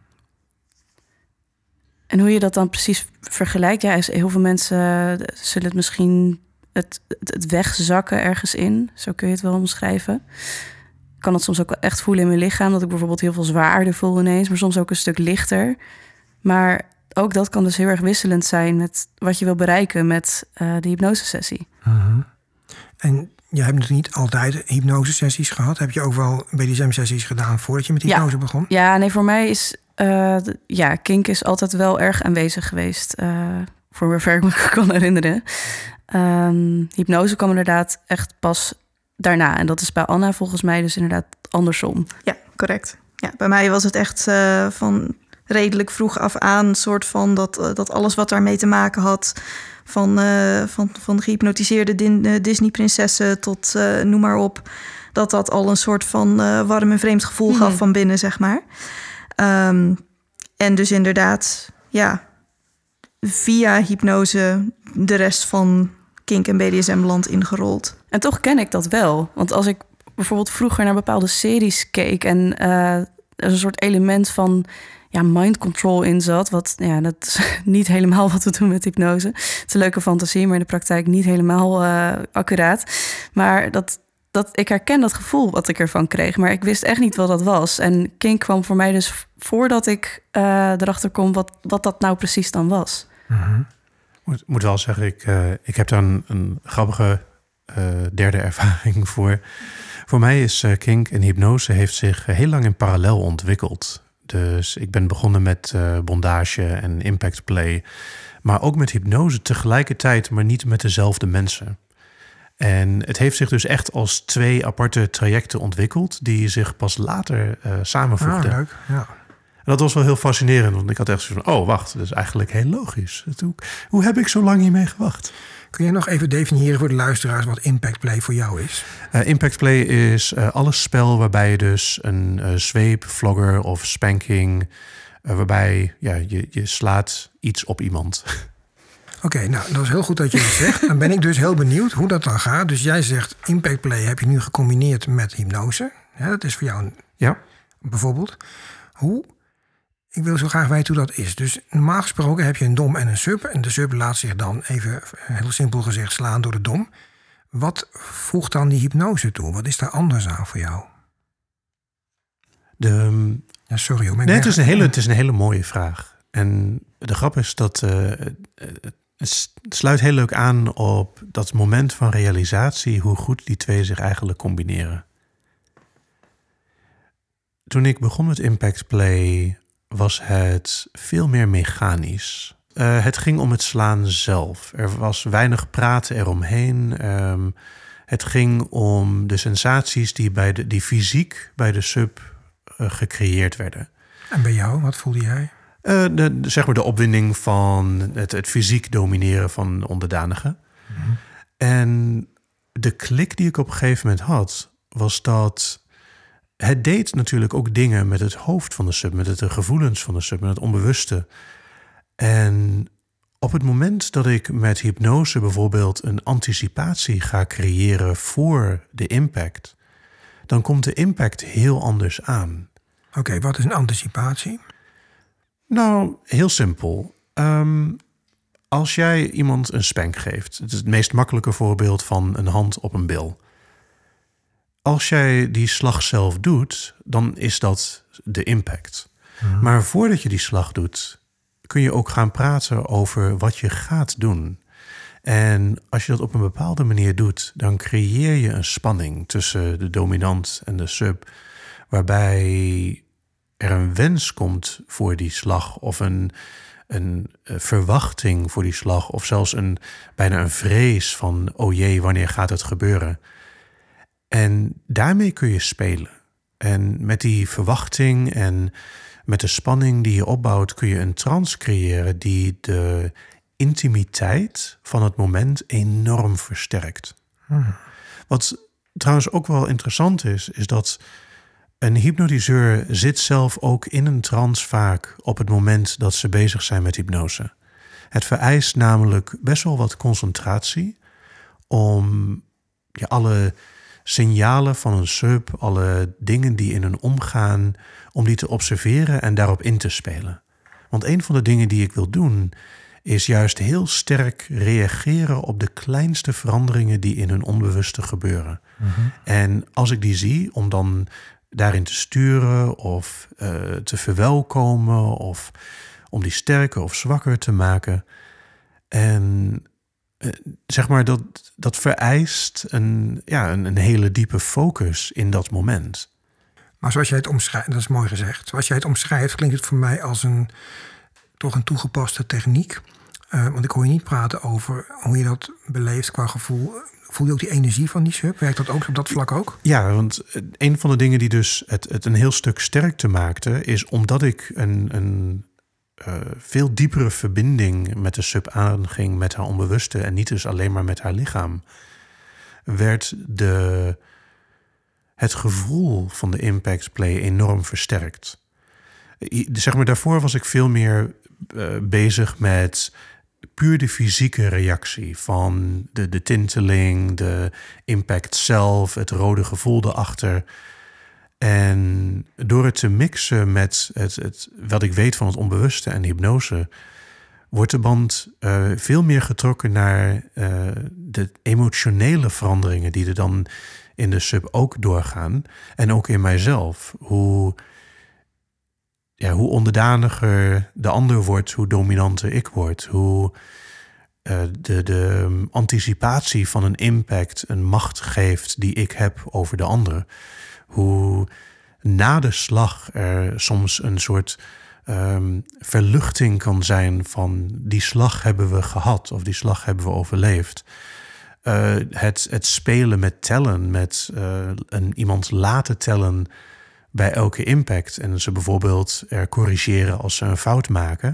En hoe je dat dan precies vergelijkt, heel veel mensen zullen het misschien het wegzakken ergens in. Zo kun je het wel omschrijven. Ik kan het soms ook wel echt voelen in mijn lichaam, dat ik bijvoorbeeld heel veel zwaarder voel ineens, maar soms ook een stuk lichter. Maar ook dat kan dus heel erg wisselend zijn met wat je wil bereiken met de hypnosesessie. En je hebt natuurlijk niet altijd hypnosesessies gehad. Heb je ook wel BDSM-sessies gedaan voordat je met hypnose begon? Ja, nee, voor mij is kink is altijd wel erg aanwezig geweest. Voor zover ik me kan herinneren. Hypnose kwam inderdaad echt pas daarna. En dat is bij Anna volgens mij dus inderdaad andersom. Ja, correct. Ja, bij mij was het echt van redelijk vroeg af aan, soort van dat alles wat daarmee te maken had, van gehypnotiseerde Disney-prinsessen tot noem maar op, dat al een soort van warm en vreemd gevoel gaf van binnen, zeg maar. En dus inderdaad, via hypnose de rest van kink- en BDSM-land ingerold. En toch ken ik dat wel. Want als ik bijvoorbeeld vroeger naar bepaalde series keek en er een soort element van mind control in zat, dat is niet helemaal wat we doen met hypnose. Het is een leuke fantasie, maar in de praktijk niet helemaal accuraat. Maar ik herken dat gevoel wat ik ervan kreeg, maar ik wist echt niet wat dat was. En kink kwam voor mij dus voordat ik erachter kom wat dat nou precies dan was. Ik moet wel zeggen, ik heb daar een grappige derde ervaring voor. Voor mij is kink en hypnose heeft zich heel lang in parallel ontwikkeld. Dus ik ben begonnen met bondage en impact play, maar ook met hypnose tegelijkertijd, maar niet met dezelfde mensen. En het heeft zich dus echt als twee aparte trajecten ontwikkeld die zich pas later samenvoegden. Leuk, ja. En dat was wel heel fascinerend, want ik had echt zo van, wacht, dat is eigenlijk heel logisch. Hoe heb ik zo lang hiermee gewacht? Kun je nog even definiëren voor de luisteraars wat impact play voor jou is? Impact play is alles spel waarbij je dus een zweep, flogger of spanking, waarbij je slaat iets op iemand. Oké, nou, dat is heel goed dat je het zegt. Dan ben ik dus heel benieuwd hoe dat dan gaat. Dus jij zegt, impact play heb je nu gecombineerd met hypnose. Ja, dat is voor jou bijvoorbeeld. Ik wil zo graag weten hoe dat is. Dus normaal gesproken heb je een dom en een sub. En de sub laat zich dan even, heel simpel gezegd, slaan door de dom. Wat voegt dan die hypnose toe? Wat is daar anders aan voor jou? Sorry hoor. Het is een hele mooie vraag. En de grap is dat het sluit heel leuk aan op dat moment van realisatie, hoe goed die twee zich eigenlijk combineren. Toen ik begon met impact play was het veel meer mechanisch. Het ging om het slaan zelf. Er was weinig praten eromheen. Het ging om de sensaties die fysiek bij de sub gecreëerd werden. En bij jou, wat voelde jij? De opwinding van het fysiek domineren van onderdanigen. Mm-hmm. En de klik die ik op een gegeven moment had, was dat het deed natuurlijk ook dingen met het hoofd van de sub, met de gevoelens van de sub, met het onbewuste. En op het moment dat ik met hypnose bijvoorbeeld een anticipatie ga creëren voor de impact, dan komt de impact heel anders aan. Oké, wat is een anticipatie? Nou, heel simpel. Als jij iemand een spank geeft, het is het meest makkelijke voorbeeld van een hand op een bil. Als jij die slag zelf doet, dan is dat de impact. Mm-hmm. Maar voordat je die slag doet, kun je ook gaan praten over wat je gaat doen. En als je dat op een bepaalde manier doet, dan creëer je een spanning tussen de dominant en de sub, waarbij er een wens komt voor die slag of een verwachting voor die slag of zelfs bijna een vrees van, oh jee, wanneer gaat het gebeuren? En daarmee kun je spelen. En met die verwachting en met de spanning die je opbouwt, kun je een trance creëren die de intimiteit van het moment enorm versterkt. Wat trouwens ook wel interessant is dat een hypnotiseur zit zelf ook in een trance vaak op het moment dat ze bezig zijn met hypnose. Het vereist namelijk best wel wat concentratie om alle signalen van een sub, alle dingen die in een omgaan, om die te observeren en daarop in te spelen. Want een van de dingen die ik wil doen, is juist heel sterk reageren op de kleinste veranderingen die in hun onbewuste gebeuren. Mm-hmm. En als ik die zie, om dan daarin te sturen of te verwelkomen of om die sterker of zwakker te maken. En zeg maar dat vereist een hele diepe focus in dat moment. Maar zoals jij het omschrijft, dat is mooi gezegd. Zoals jij het omschrijft, klinkt het voor mij als toch een toegepaste techniek. Want ik hoor je niet praten over hoe je dat beleeft qua gevoel. Voel je ook die energie van die sub? Werkt dat ook op dat vlak ook? Ja, want een van de dingen die dus het een heel stuk sterker maakte, is omdat ik een veel diepere verbinding met de sub aanging, met haar onbewuste en niet dus alleen maar met haar lichaam, werd het gevoel van de impact play enorm versterkt. Zeg maar, daarvoor was ik veel meer bezig met puur de fysieke reactie van de tinteling, de impact zelf, het rode gevoel erachter. En door het te mixen met wat ik weet van het onbewuste en hypnose, wordt de band veel meer getrokken naar de emotionele veranderingen die er dan in de sub ook doorgaan. En ook in mijzelf. Hoe onderdaniger de ander wordt, hoe dominanter ik word. Hoe de anticipatie van een impact een macht geeft die ik heb over de ander. Hoe na de slag er soms een soort verluchting kan zijn van die slag hebben we gehad of die slag hebben we overleefd. Het spelen met tellen, met iemand laten tellen bij elke impact en ze bijvoorbeeld corrigeren als ze een fout maken.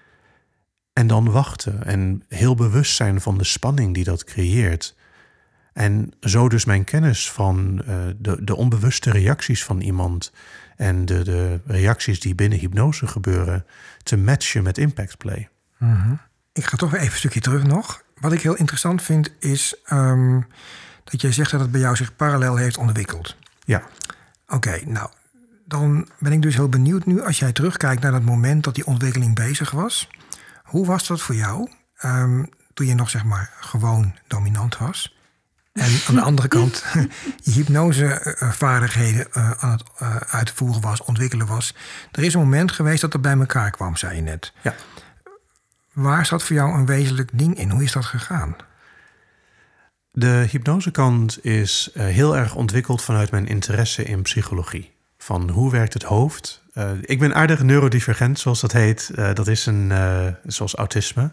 En dan wachten en heel bewust zijn van de spanning die dat creëert. En zo dus mijn kennis van de onbewuste reacties van iemand en de reacties die binnen hypnose gebeuren te matchen met impact play. Mm-hmm. Ik ga toch weer even een stukje terug nog. Wat ik heel interessant vind is dat jij zegt dat het bij jou zich parallel heeft ontwikkeld. Ja. Oké, nou, dan ben ik dus heel benieuwd nu als jij terugkijkt naar dat moment dat die ontwikkeling bezig was. Hoe was dat voor jou toen je nog zeg maar gewoon dominant was? En aan de andere kant je hypnosevaardigheden aan het uitvoeren was, ontwikkelen was. Er is een moment geweest dat het bij elkaar kwam, zei je net. Ja. Waar zat voor jou een wezenlijk ding in? Hoe is dat gegaan? De hypnosekant is heel erg ontwikkeld vanuit mijn interesse in psychologie. Van hoe werkt het hoofd? Ik ben aardig neurodivergent, zoals dat heet. Dat is zoals autisme.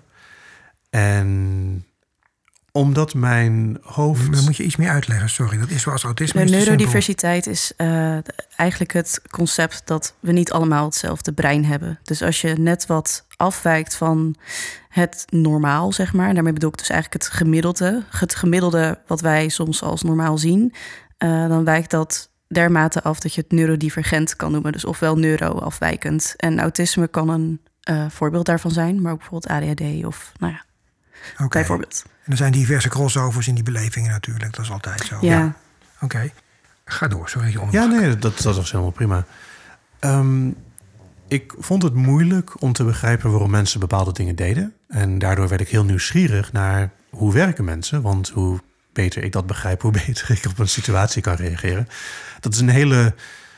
En omdat mijn hoofd... Dan moet je iets meer uitleggen, sorry. Dat is zoals autisme. De neurodiversiteit is eigenlijk het concept dat we niet allemaal hetzelfde brein hebben. Dus als je net wat afwijkt van het normaal, zeg maar. Daarmee bedoel ik dus eigenlijk het gemiddelde. Het gemiddelde wat wij soms als normaal zien. Dan wijkt dat dermate af dat je het neurodivergent kan noemen. Dus ofwel neuroafwijkend. En autisme kan een voorbeeld daarvan zijn. Maar ook bijvoorbeeld ADHD of bijvoorbeeld. En er zijn diverse crossovers in die belevingen natuurlijk. Dat is altijd zo. Ja. Oké. Ga door, sorry dat je onderbrak. Ja, nee, dat was helemaal prima. ik vond het moeilijk om te begrijpen waarom mensen bepaalde dingen deden. En daardoor werd ik heel nieuwsgierig naar hoe werken mensen. Want hoe beter ik dat begrijp, hoe beter ik op een situatie kan reageren. Dat is een hele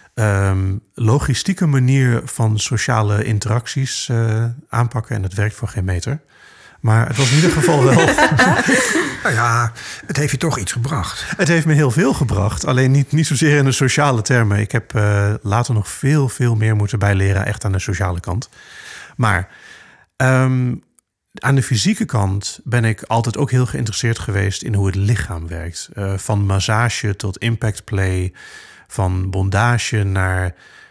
logistieke manier van sociale interacties aanpakken. En het werkt voor geen meter. Maar het was in ieder geval wel... Nou ja, het heeft je toch iets gebracht. Het heeft me heel veel gebracht. Alleen niet zozeer in de sociale termen. Ik heb later nog veel meer moeten bijleren, echt aan de sociale kant. Maar aan de fysieke kant ben ik altijd ook heel geïnteresseerd geweest in hoe het lichaam werkt. Van massage tot impact play, van bondage naar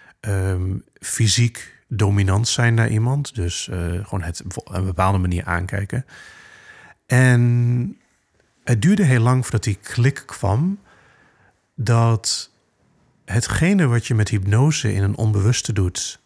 fysiek dominant zijn naar iemand. Dus gewoon het op een bepaalde manier aankijken. En het duurde heel lang voordat die klik kwam dat hetgene wat je met hypnose in een onbewuste doet,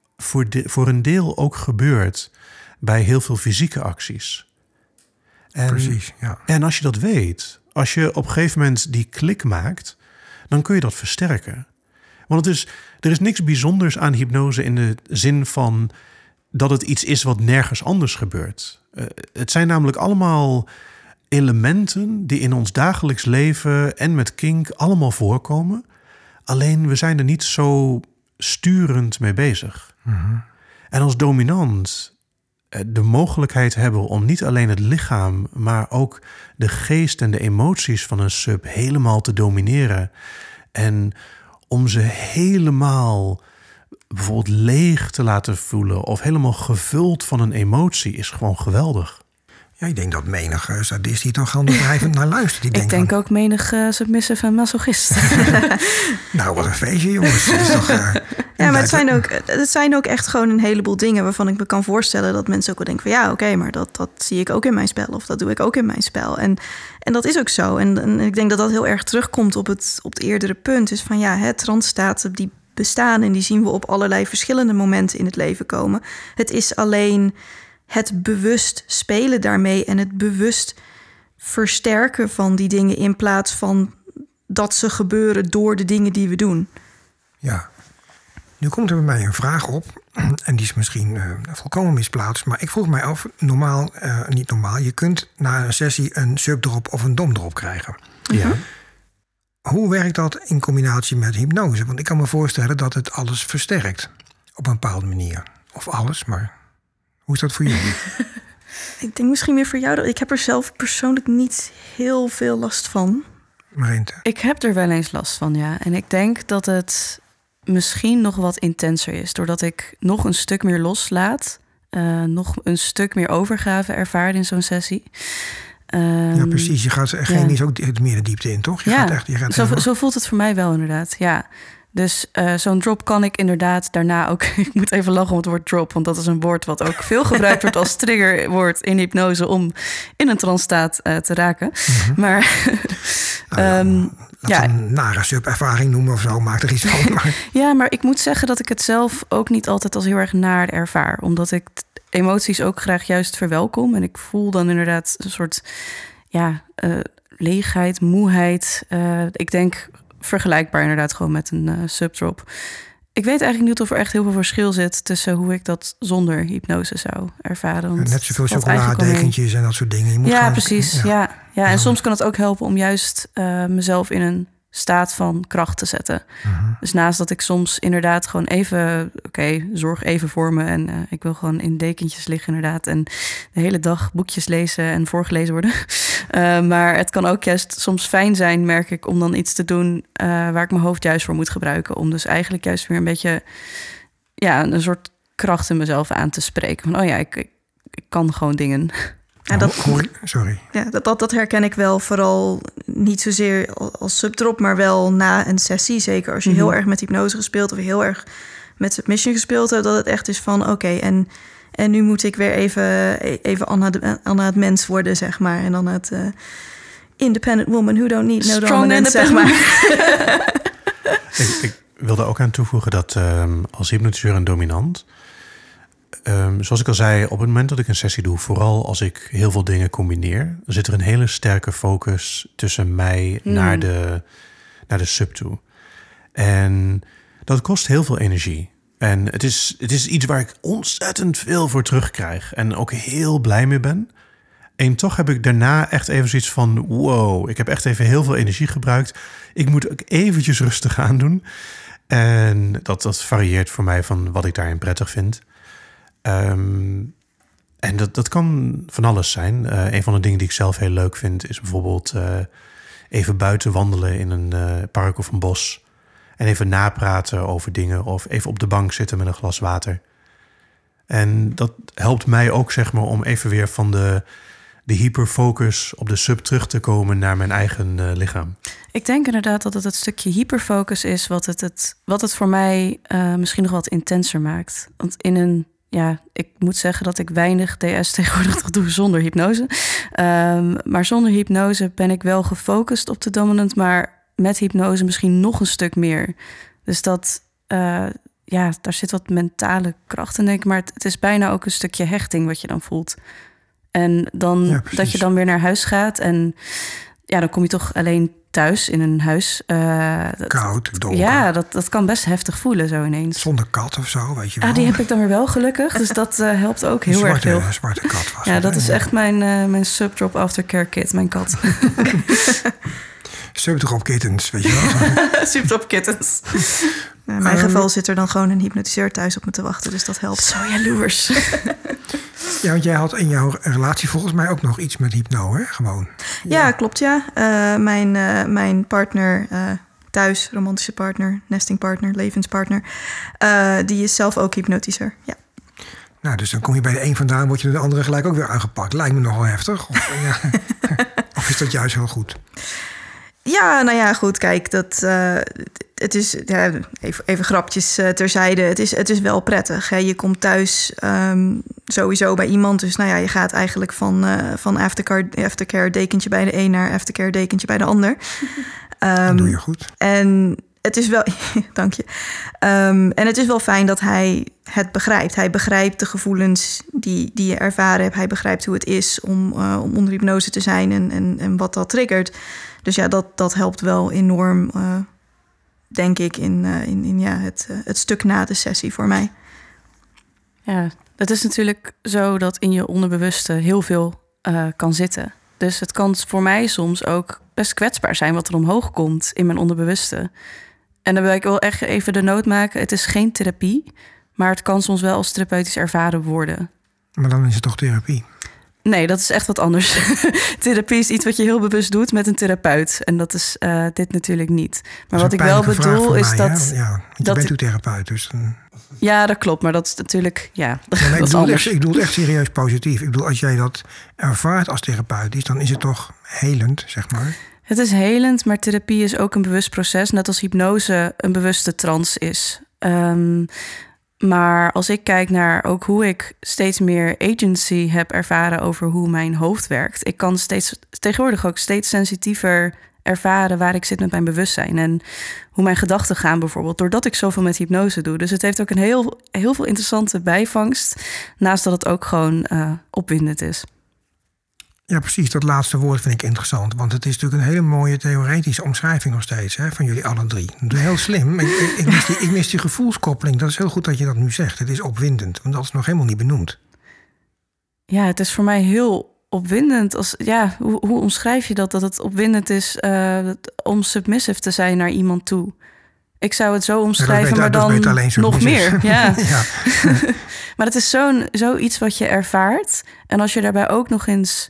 voor een deel ook gebeurt bij heel veel fysieke acties. Precies, ja. En als je dat weet, als je op een gegeven moment die klik maakt, dan kun je dat versterken. Want er is niks bijzonders aan hypnose in de zin van dat het iets is wat nergens anders gebeurt. Het zijn namelijk allemaal elementen die in ons dagelijks leven en met kink allemaal voorkomen. Alleen we zijn er niet zo sturend mee bezig. Mm-hmm. En als dominant de mogelijkheid hebben om niet alleen het lichaam, maar ook de geest en de emoties van een sub helemaal te domineren. En om ze helemaal bijvoorbeeld leeg te laten voelen of helemaal gevuld van een emotie is gewoon geweldig. Ja, ik denk dat menig sadist hier toch handelbedrijvend naar luistert. Die Ik denk ook menig submissive en masochist. Nou, wat een feestje, jongens. Dat is toch, ja, maar het zijn ook echt gewoon een heleboel dingen waarvan ik me kan voorstellen dat mensen ook wel denken van ja, oké, maar dat zie ik ook in mijn spel of dat doe ik ook in mijn spel. En dat is ook zo. En ik denk dat dat heel erg terugkomt op het eerdere punt. Dus van ja, transstaten die bestaan en die zien we op allerlei verschillende momenten in het leven komen. Het is alleen het bewust spelen daarmee en het bewust versterken van die dingen in plaats van dat ze gebeuren door de dingen die we doen. Ja. Nu komt er bij mij een vraag op en die is misschien volkomen misplaatst, maar ik vroeg mij af, niet normaal, je kunt na een sessie een subdrop of een domdrop krijgen. Ja. Hoe werkt dat in combinatie met hypnose? Want ik kan me voorstellen dat het alles versterkt op een bepaalde manier. Of alles, maar hoe is dat voor jullie? Ik denk misschien meer voor jou. Ik heb er zelf persoonlijk niet heel veel last van. Marinte? Ik heb er wel eens last van, ja. En ik denk dat het misschien nog wat intenser is. Doordat ik nog een stuk meer loslaat. Nog een stuk meer overgave ervaar in zo'n sessie. Ja, precies. Je gaat chemisch ook meer de diepte in, toch? Zo voelt het voor mij wel inderdaad, ja. Dus zo'n drop kan ik inderdaad daarna ook... Ik moet even lachen om het woord drop, want dat is een woord wat ook veel gebruikt wordt als triggerwoord in hypnose om in een transstaat te raken. Mm-hmm. Maar... een nare subervaring noemen of zo, maakt er iets van. Maar... Ja, maar ik moet zeggen dat ik het zelf ook niet altijd als heel erg naar ervaar. Omdat ik emoties ook graag juist verwelkom. En ik voel dan inderdaad een soort leegheid, moeheid. Ik denk vergelijkbaar inderdaad gewoon met een subdrop. Ik weet eigenlijk niet of er echt heel veel verschil zit tussen hoe ik dat zonder hypnose zou ervaren. Want net zoveel chocoladedekentjes en dat soort dingen. Je moet precies. Ja, en soms kan het ook helpen om juist mezelf in een staat van kracht te zetten. Uh-huh. Dus naast dat ik soms inderdaad gewoon even... zorg even voor me en ik wil gewoon in dekentjes liggen inderdaad. En de hele dag boekjes lezen en voorgelezen worden. Maar het kan ook juist soms fijn zijn, merk ik, om dan iets te doen waar ik mijn hoofd juist voor moet gebruiken. Om dus eigenlijk juist weer een beetje een soort kracht in mezelf aan te spreken. Van ik kan gewoon dingen. Ja, sorry. Ja, dat herken ik wel, vooral niet zozeer als subdrop, maar wel na een sessie. Zeker als je heel erg met hypnose gespeeld of heel erg met submission gespeeld hebt, dat het echt is van en nu moet ik weer even Anna het mens worden, zeg maar. En dan het independent woman who don't need no dominance, zeg maar. Ik wilde ook aan toevoegen dat als hypnotiseur en dominant... zoals ik al zei, op het moment dat ik een sessie doe, vooral als ik heel veel dingen combineer, zit er een hele sterke focus tussen mij naar de sub toe. En dat kost heel veel energie. En het is iets waar ik ontzettend veel voor terugkrijg. En ook heel blij mee ben. En toch heb ik daarna echt even zoiets van... wow, ik heb echt even heel veel energie gebruikt. Ik moet ook eventjes rustig aan doen. En dat varieert voor mij van wat ik daarin prettig vind. En dat kan van alles zijn. Een van de dingen die ik zelf heel leuk vind... is bijvoorbeeld even buiten wandelen in een park of een bos... en even napraten over dingen... of even op de bank zitten met een glas water. En dat helpt mij ook, zeg maar, om even weer van de hyperfocus op de sub terug te komen naar mijn eigen lichaam. Ik denk inderdaad dat het stukje hyperfocus is wat het voor mij misschien nog wat intenser maakt. Want ik moet zeggen dat ik weinig DS tegenwoordig doe zonder hypnose. Maar zonder hypnose ben ik wel gefocust op de dominant, maar met hypnose misschien nog een stuk meer. Dus dat, daar zit wat mentale kracht in, denk ik. Maar het is bijna ook een stukje hechting wat je dan voelt. En dan dat je dan weer naar huis gaat en dan kom je toch alleen thuis in een huis. Koud, donker. Ja, dat kan best heftig voelen zo ineens. Zonder kat of zo, weet je wel. Die heb ik dan weer wel gelukkig, dus dat helpt ook heel erg veel. Een zwarte kat was dat is echt mijn subdrop aftercare kit, mijn kat. Subdrop kittens, weet je wel. Subdrop kittens. In mijn geval zit er dan gewoon een hypnotiseur thuis op me te wachten, dus dat helpt. Zo jaloers. Ja, want jij had in jouw relatie volgens mij ook nog iets met hypno, hè? Gewoon. Ja, klopt, ja. Mijn partner thuis, romantische partner, nesting partner, levenspartner... die is zelf ook hypnotiseur, ja. Nou, dus dan kom je bij de een vandaan, word je de andere gelijk ook weer aangepakt. Lijkt me nogal heftig. Of is dat juist heel goed? Ja, nou ja, goed, kijk, het is, even grapjes terzijde, het is wel prettig. Hè? Je komt thuis sowieso bij iemand, dus nou ja, je gaat eigenlijk van aftercare dekentje bij de een naar aftercare dekentje bij de ander. Dat doe je goed. En het is wel, dank je. En het is wel fijn dat hij het begrijpt. Hij begrijpt de gevoelens die je ervaren hebt. Hij begrijpt hoe het is om onder hypnose te zijn en wat dat triggert. Dus ja, dat helpt wel enorm, denk ik, in het stuk na de sessie voor mij. Ja, het is natuurlijk zo dat in je onderbewuste heel veel kan zitten. Dus het kan voor mij soms ook best kwetsbaar zijn wat er omhoog komt in mijn onderbewuste. En dan wil ik wel echt even de noot maken. Het is geen therapie, maar het kan soms wel als therapeutisch ervaren worden. Maar dan is het toch therapie? Nee, dat is echt wat anders. Therapie is iets wat je heel bewust doet met een therapeut. En dat is dit natuurlijk niet. Maar wat ik wel bedoel is mij, dat... Ja, je bent uw therapeut, dus... Ja, dat klopt. Maar dat is natuurlijk... Ja, dat ik is anders. Ik bedoel het echt serieus positief. Ik bedoel, als jij dat ervaart als therapeut, dan is het toch helend, zeg maar. Het is helend, maar therapie is ook een bewust proces. Net als hypnose een bewuste trance is. Maar als ik kijk naar ook hoe ik steeds meer agency heb ervaren over hoe mijn hoofd werkt. Ik kan tegenwoordig ook steeds sensitiever ervaren waar ik zit met mijn bewustzijn. En hoe mijn gedachten gaan bijvoorbeeld, doordat ik zoveel met hypnose doe. Dus het heeft ook een heel veel interessante bijvangst. Naast dat het ook gewoon opwindend is. Ja, precies. Dat laatste woord vind ik interessant. Want het is natuurlijk een hele mooie theoretische omschrijving nog steeds, hè, van jullie alle drie. Dat is heel slim. Ik mis die gevoelskoppeling. Dat is heel goed dat je dat nu zegt. Het is opwindend, want dat is nog helemaal niet benoemd. Ja, het is voor mij heel opwindend. Hoe omschrijf je dat? Dat het opwindend is om submissive te zijn naar iemand toe. Ik zou het zo omschrijven, maar dan nog meer. Ja. Ja. Maar het is zoiets wat je ervaart. En als je daarbij ook nog eens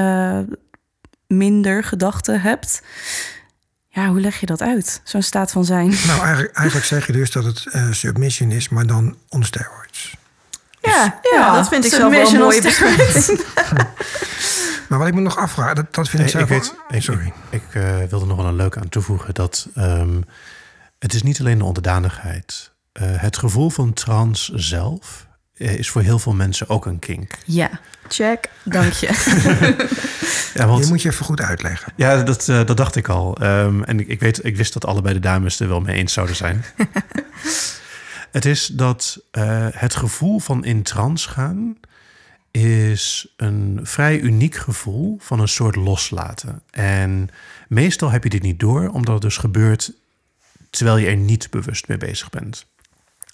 minder gedachten hebt. Ja, hoe leg je dat uit? Zo'n staat van zijn. Nou, eigenlijk zeg je dus dat het submission is, maar dan on steroids. Ja, dat vind ik zelf wel een mooie beschrijving. Maar wat ik me nog afvraag, dat vind ik zelf... Sorry. Ik wilde nog wel een leuk aan toevoegen. Dat het is niet alleen de onderdanigheid. Het gevoel van trance zelf is voor heel veel mensen ook een kink. Ja, check. Dank je. Ja, want, die moet je even goed uitleggen. Ja, dat dacht ik al. En ik wist dat allebei de dames er wel mee eens zouden zijn. Het is dat het gevoel van in trance gaan is een vrij uniek gevoel van een soort loslaten. En meestal heb je dit niet door, omdat het dus gebeurt terwijl je er niet bewust mee bezig bent.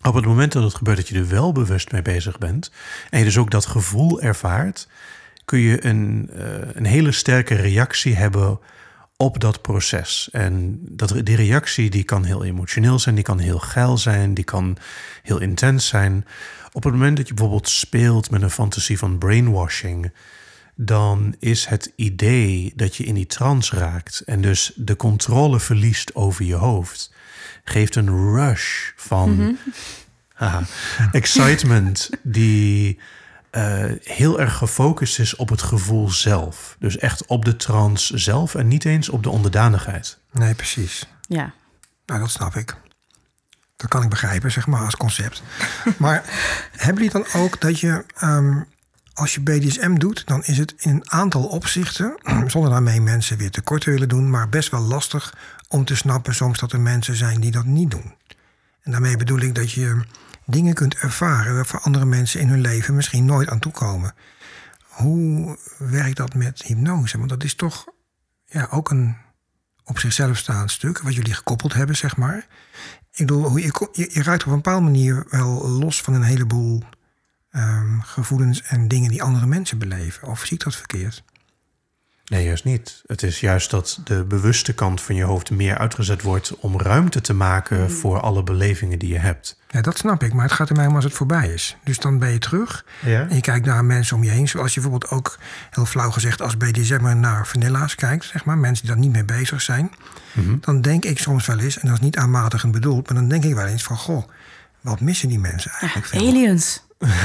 Op het moment dat het gebeurt dat je er wel bewust mee bezig bent en je dus ook dat gevoel ervaart, kun je een hele sterke reactie hebben op dat proces. En die reactie die kan heel emotioneel zijn, die kan heel geil zijn, die kan heel intens zijn. Op het moment dat je bijvoorbeeld speelt met een fantasie van brainwashing, dan is het idee dat je in die trance raakt en dus de controle verliest over je hoofd, geeft een rush van excitement die heel erg gefocust is op het gevoel zelf. Dus echt op de trance zelf en niet eens op de onderdanigheid. Nee, precies. Ja. Nou, dat snap ik. Dat kan ik begrijpen, zeg maar, als concept. Maar hebben jullie dan ook dat je, als je BDSM doet, dan is het in een aantal opzichten, zonder daarmee mensen weer tekort te willen doen, maar best wel lastig om te snappen soms dat er mensen zijn die dat niet doen. En daarmee bedoel ik dat je dingen kunt ervaren waarvan andere mensen in hun leven misschien nooit aan toekomen. Hoe werkt dat met hypnose? Want dat is toch ook een op zichzelf staand stuk wat jullie gekoppeld hebben, zeg maar. Ik bedoel, je raakt op een bepaalde manier wel los van een heleboel gevoelens en dingen die andere mensen beleven. Of zie ik dat verkeerd? Nee, juist niet. Het is juist dat de bewuste kant van je hoofd meer uitgezet wordt om ruimte te maken voor alle belevingen die je hebt. Ja, dat snap ik, maar het gaat er mij om als het voorbij is. Dus dan ben je terug en je kijkt naar mensen om je heen. Zoals je bijvoorbeeld ook, heel flauw gezegd, als BDSM naar vanilla's kijkt, zeg maar, mensen die daar niet mee bezig zijn. Mm-hmm. Dan denk ik soms wel eens, en dat is niet aanmatigend bedoeld, maar dan denk ik wel eens van, goh, wat missen die mensen eigenlijk veel? Aliens.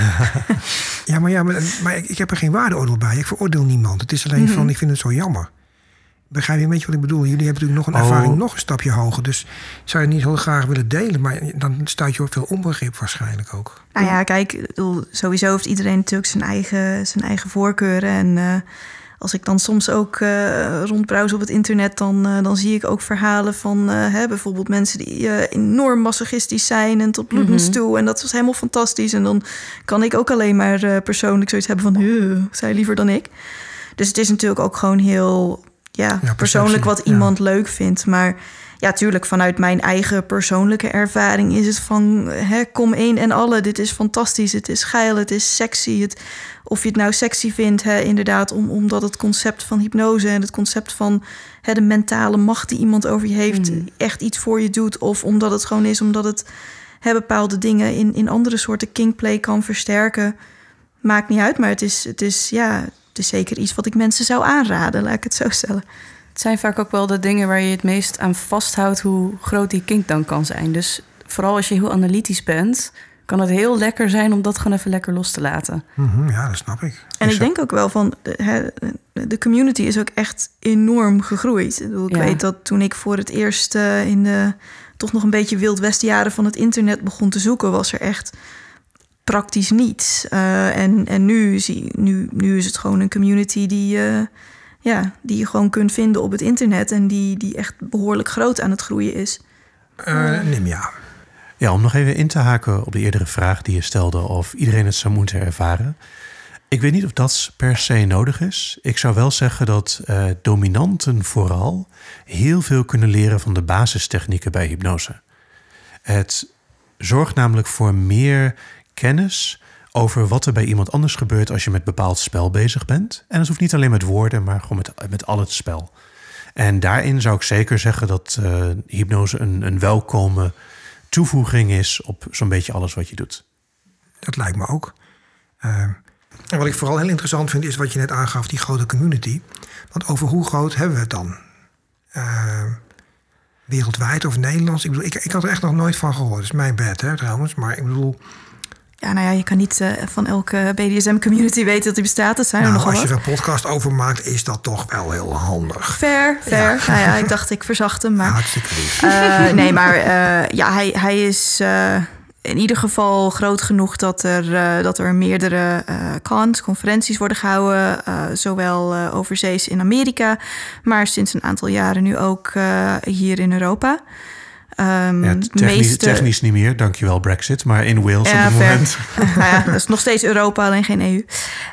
maar ik heb er geen waardeoordeel bij. Ik veroordeel niemand. Het is alleen van, ik vind het zo jammer. Begrijp je een beetje wat ik bedoel? Jullie hebben natuurlijk nog een ervaring nog een stapje hoger. Dus zou je het niet heel graag willen delen. Maar dan stuit je op veel onbegrip waarschijnlijk ook. Nou ja, kijk, sowieso heeft iedereen natuurlijk zijn eigen voorkeuren. En als ik dan soms ook rondbrowse op het internet, dan zie ik ook verhalen van bijvoorbeeld mensen die enorm masochistisch zijn en tot bloedens toe. En dat was helemaal fantastisch. En dan kan ik ook alleen maar persoonlijk zoiets hebben van, zij liever dan ik. Dus het is natuurlijk ook gewoon heel persoonlijk wat iemand leuk vindt. Maar ja, tuurlijk, vanuit mijn eigen persoonlijke ervaring is het van, kom één en alle, dit is fantastisch, het is geil, het is sexy. Of je het nou sexy vindt, inderdaad, omdat het concept van hypnose en het concept van de mentale macht die iemand over je heeft echt iets voor je doet. Of omdat het gewoon is, omdat het bepaalde dingen in andere soorten kingplay kan versterken. Maakt niet uit, maar het is zeker iets wat ik mensen zou aanraden, laat ik het zo stellen. Het zijn vaak ook wel de dingen waar je het meest aan vasthoudt, hoe groot die kink dan kan zijn. Dus vooral als je heel analytisch bent, kan het heel lekker zijn om dat gewoon even lekker los te laten. Ja, dat snap ik. En ik denk ook wel van, de community is ook echt enorm gegroeid. Ik weet dat toen ik voor het eerst in de toch nog een beetje Wild West-jaren van het internet begon te zoeken, was er echt praktisch niets. En nu is het gewoon een community die je gewoon kunt vinden op het internet en die echt behoorlijk groot aan het groeien is. Nimja. Ja, om nog even in te haken op de eerdere vraag die je stelde of iedereen het zou moeten ervaren. Ik weet niet of dat per se nodig is. Ik zou wel zeggen dat dominanten vooral heel veel kunnen leren van de basistechnieken bij hypnose. Het zorgt namelijk voor meer kennis over wat er bij iemand anders gebeurt als je met bepaald spel bezig bent. En dat hoeft niet alleen met woorden, maar gewoon met al het spel. En daarin zou ik zeker zeggen dat hypnose een welkome toevoeging is op zo'n beetje alles wat je doet. Dat lijkt me ook. En wat ik vooral heel interessant vind is wat je net aangaf, die grote community. Want over hoe groot hebben we het dan? Wereldwijd of Nederlands? Ik bedoel, ik had er echt nog nooit van gehoord. Dat is mijn bad, trouwens. Maar ik bedoel, ja, nou ja, je kan niet van elke BDSM-community weten dat die bestaat. Dat zijn er nogal als je er een podcast over maakt, is dat toch wel heel handig. Fair. Ja. Nou ja, ik dacht ik verzacht hem. Maar hartstikke lief. Nee, maar hij is in ieder geval groot genoeg dat er meerdere conferenties worden gehouden. Zowel overzees in Amerika, maar sinds een aantal jaren nu ook hier in Europa. Technisch niet meer, dankjewel Brexit, maar in Wales op het moment. Dat is nog steeds Europa, alleen geen EU.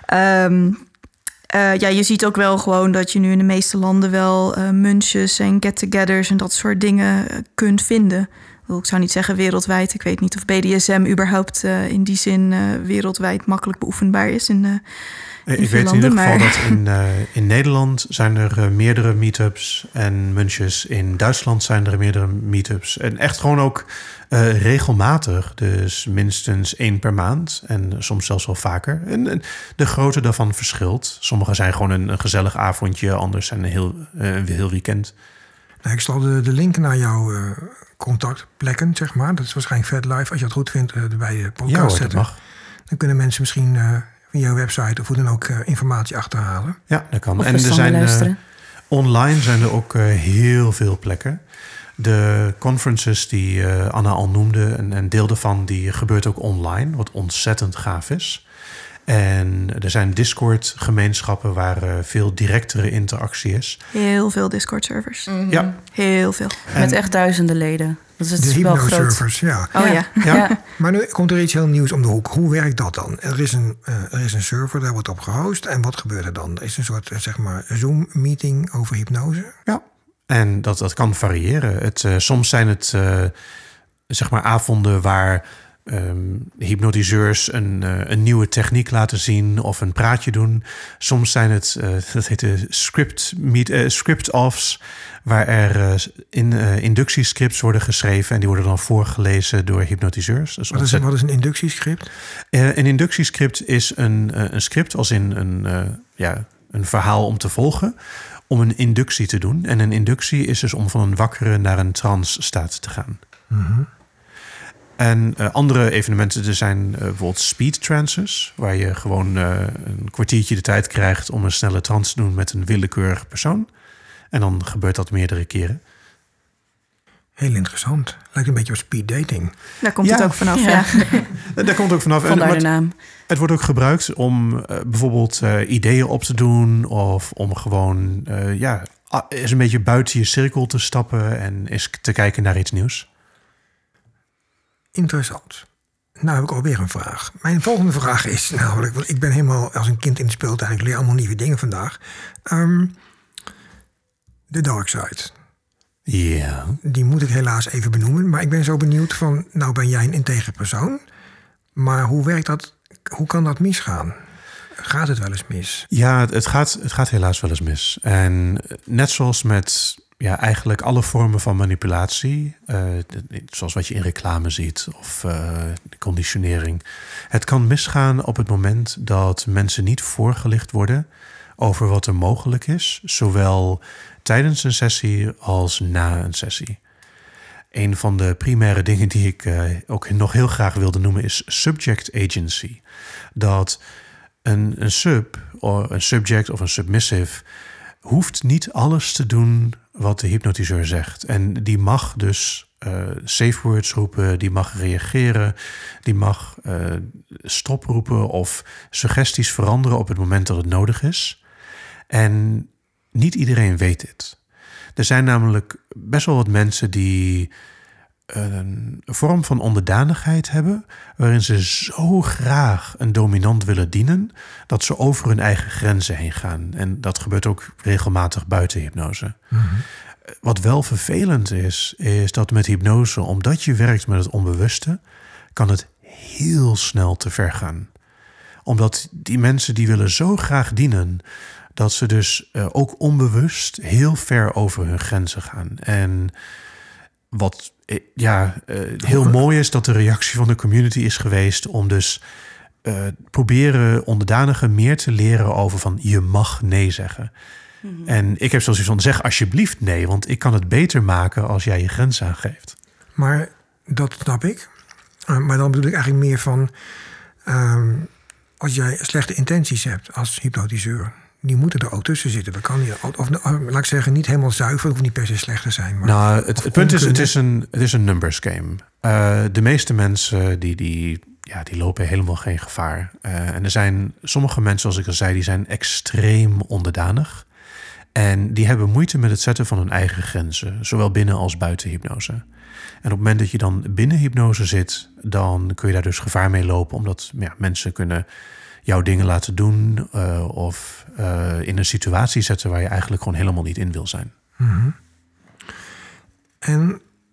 Je ziet ook wel gewoon dat je nu in de meeste landen wel munches en get-togethers en dat soort dingen kunt vinden. Ik zou niet zeggen wereldwijd. Ik weet niet of BDSM überhaupt in die zin wereldwijd makkelijk beoefenbaar is. Ik weet in ieder geval dat in Nederland zijn er meerdere meetups en munches. In Duitsland zijn er meerdere meetups. En echt gewoon ook regelmatig. Dus minstens 1 per maand. En soms zelfs wel vaker. En de grootte daarvan verschilt. Sommige zijn gewoon een gezellig avondje. Anders zijn een heel weekend. Nou, ik zal de link naar jouw contactplekken, zeg maar. Dat is waarschijnlijk VetLife. Als je het goed vindt, bij de podcast zetten. Mag. Dan kunnen mensen misschien via jouw website of hoe dan ook informatie achterhalen. Ja, dat kan. Of en er zijn online zijn er ook heel veel plekken. De conferences die Anna al noemde, een deel daarvan die gebeurt ook online, wat ontzettend gaaf is. En er zijn Discord-gemeenschappen waar veel directere interactie is. Heel veel Discord-servers. Mm-hmm. Ja. Heel veel. Met echt duizenden leden. Dus het De is wel groot. hypno-servers, ja. Oh ja. Maar nu komt er iets heel nieuws om de hoek. Hoe werkt dat dan? Er is een server, daar wordt op gehost. En wat gebeurt er dan? Er is een soort zeg maar Zoom-meeting over hypnose. Ja, en dat kan variëren. Soms zijn het zeg maar avonden waar hypnotiseurs een nieuwe techniek laten zien of een praatje doen. Soms zijn het, dat heet script-offs, waar er inductiescripts worden geschreven en die worden dan voorgelezen door hypnotiseurs. Wat is een inductiescript? Een inductiescript is een script als in een verhaal om te volgen, om een inductie te doen. En een inductie is dus om van een wakkere naar een trance staat te gaan. Mm-hmm. En andere evenementen, er zijn bijvoorbeeld speed trances, waar je gewoon een kwartiertje de tijd krijgt om een snelle trance te doen met een willekeurige persoon. En dan gebeurt dat meerdere keren. Heel interessant. Lijkt een beetje op speed dating. Daar komt het ook vanaf, ja. Daar komt het ook vanaf. Vandaar de naam. Het wordt ook gebruikt om bijvoorbeeld ideeën op te doen of om gewoon eens een beetje buiten je cirkel te stappen en eens te kijken naar iets nieuws. Interessant. Nou heb ik alweer een vraag. Mijn volgende vraag is namelijk, want ik ben helemaal als een kind in de speeltuin. Ik leer allemaal nieuwe dingen vandaag. De dark side. Ja. Die moet ik helaas even benoemen. Maar ik ben zo benieuwd van, nou ben jij een integere persoon. Maar hoe werkt dat? Hoe kan dat misgaan? Gaat het wel eens mis? Ja, het gaat helaas wel eens mis. En net zoals met eigenlijk alle vormen van manipulatie, zoals wat je in reclame ziet of conditionering. Het kan misgaan op het moment dat mensen niet voorgelicht worden over wat er mogelijk is, zowel tijdens een sessie als na een sessie. Een van de primaire dingen die ik ook nog heel graag wilde noemen is subject agency. Dat een subject of een submissive hoeft niet alles te doen wat de hypnotiseur zegt. En die mag dus safe words roepen, die mag reageren, die mag stop roepen of suggesties veranderen op het moment dat het nodig is. En niet iedereen weet dit. Er zijn namelijk best wel wat mensen die een vorm van onderdanigheid hebben, waarin ze zo graag een dominant willen dienen, dat ze over hun eigen grenzen heen gaan. En dat gebeurt ook regelmatig buiten hypnose. Mm-hmm. Wat wel vervelend is dat met hypnose, omdat je werkt met het onbewuste, kan het heel snel te ver gaan. Omdat die mensen die willen zo graag dienen, dat ze dus ook onbewust heel ver over hun grenzen gaan. En wat heel mooi is dat de reactie van de community is geweest om dus proberen onderdanigen meer te leren over van je mag nee zeggen. Mm-hmm. En ik heb zoals van zeg alsjeblieft nee, want ik kan het beter maken als jij je grens aangeeft. Maar dat snap ik. Maar dan bedoel ik eigenlijk meer van als jij slechte intenties hebt als hypnotiseur. Die moeten er ook tussen zitten. Dat kan niet. Of laat ik zeggen, niet helemaal zuiver. Het hoeft niet per se slecht te zijn. Maar nou, het punt is, het is een numbers game. De meeste mensen die lopen helemaal geen gevaar. En er zijn sommige mensen, zoals ik al zei, die zijn extreem onderdanig. En die hebben moeite met het zetten van hun eigen grenzen. Zowel binnen als buiten hypnose. En op het moment dat je dan binnen hypnose zit, dan kun je daar dus gevaar mee lopen. Omdat mensen kunnen jouw dingen laten doen of in een situatie zetten waar je eigenlijk gewoon helemaal niet in wil zijn. Mm-hmm. En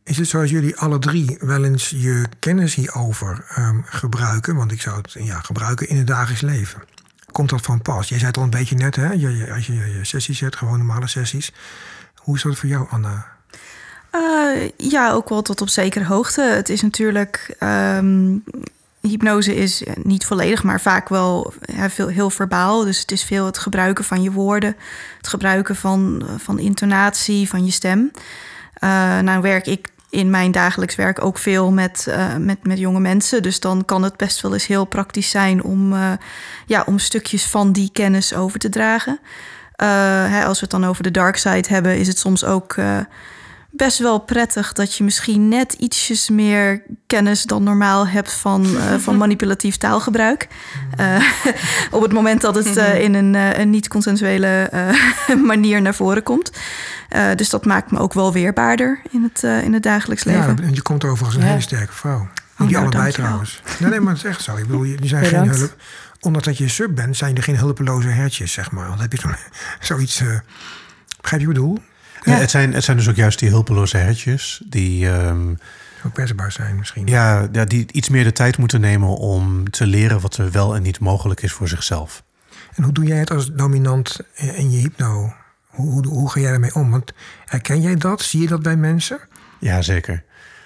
Is het zoals jullie alle drie wel eens je kennis hierover gebruiken? Want ik zou het gebruiken in het dagelijks leven. Komt dat van pas? Jij zei het al een beetje net, hè? Als je sessies hebt, gewoon normale sessies. Hoe is dat voor jou, Anna? Ja, ook wel tot op zekere hoogte. Het is natuurlijk... hypnose is niet volledig, maar vaak wel heel verbaal. Dus het is veel het gebruiken van je woorden. Het gebruiken van intonatie, van je stem. Nou werk ik in mijn dagelijks werk ook veel met jonge mensen. Dus dan kan het best wel eens heel praktisch zijn om stukjes van die kennis over te dragen. Als we het dan over de dark side hebben, is het soms ook best wel prettig dat je misschien net ietsjes meer kennis dan normaal hebt van manipulatief taalgebruik. Op het moment dat het in een niet-consensuele manier naar voren komt. Dus dat maakt me ook wel weerbaarder in het dagelijks leven. Ja, je komt over als een hele sterke vrouw. Jullie allebei trouwens. Nee, maar het is echt zo. Ik bedoel, jullie zijn geen hulp. Omdat je sub bent, zijn er geen hulpeloze hertjes, zeg maar. Want dan heb je zoiets... begrijp je wat ik bedoel? Ja. Het zijn dus ook juist die hulpeloze hertjes die... ook kwetsbaar zijn misschien. Ja, die iets meer de tijd moeten nemen om te leren wat er wel en niet mogelijk is voor zichzelf. En hoe doe jij het als dominant in je hypno? Hoe ga jij daarmee om? Want herken jij dat? Zie je dat bij mensen? Ja, zeker.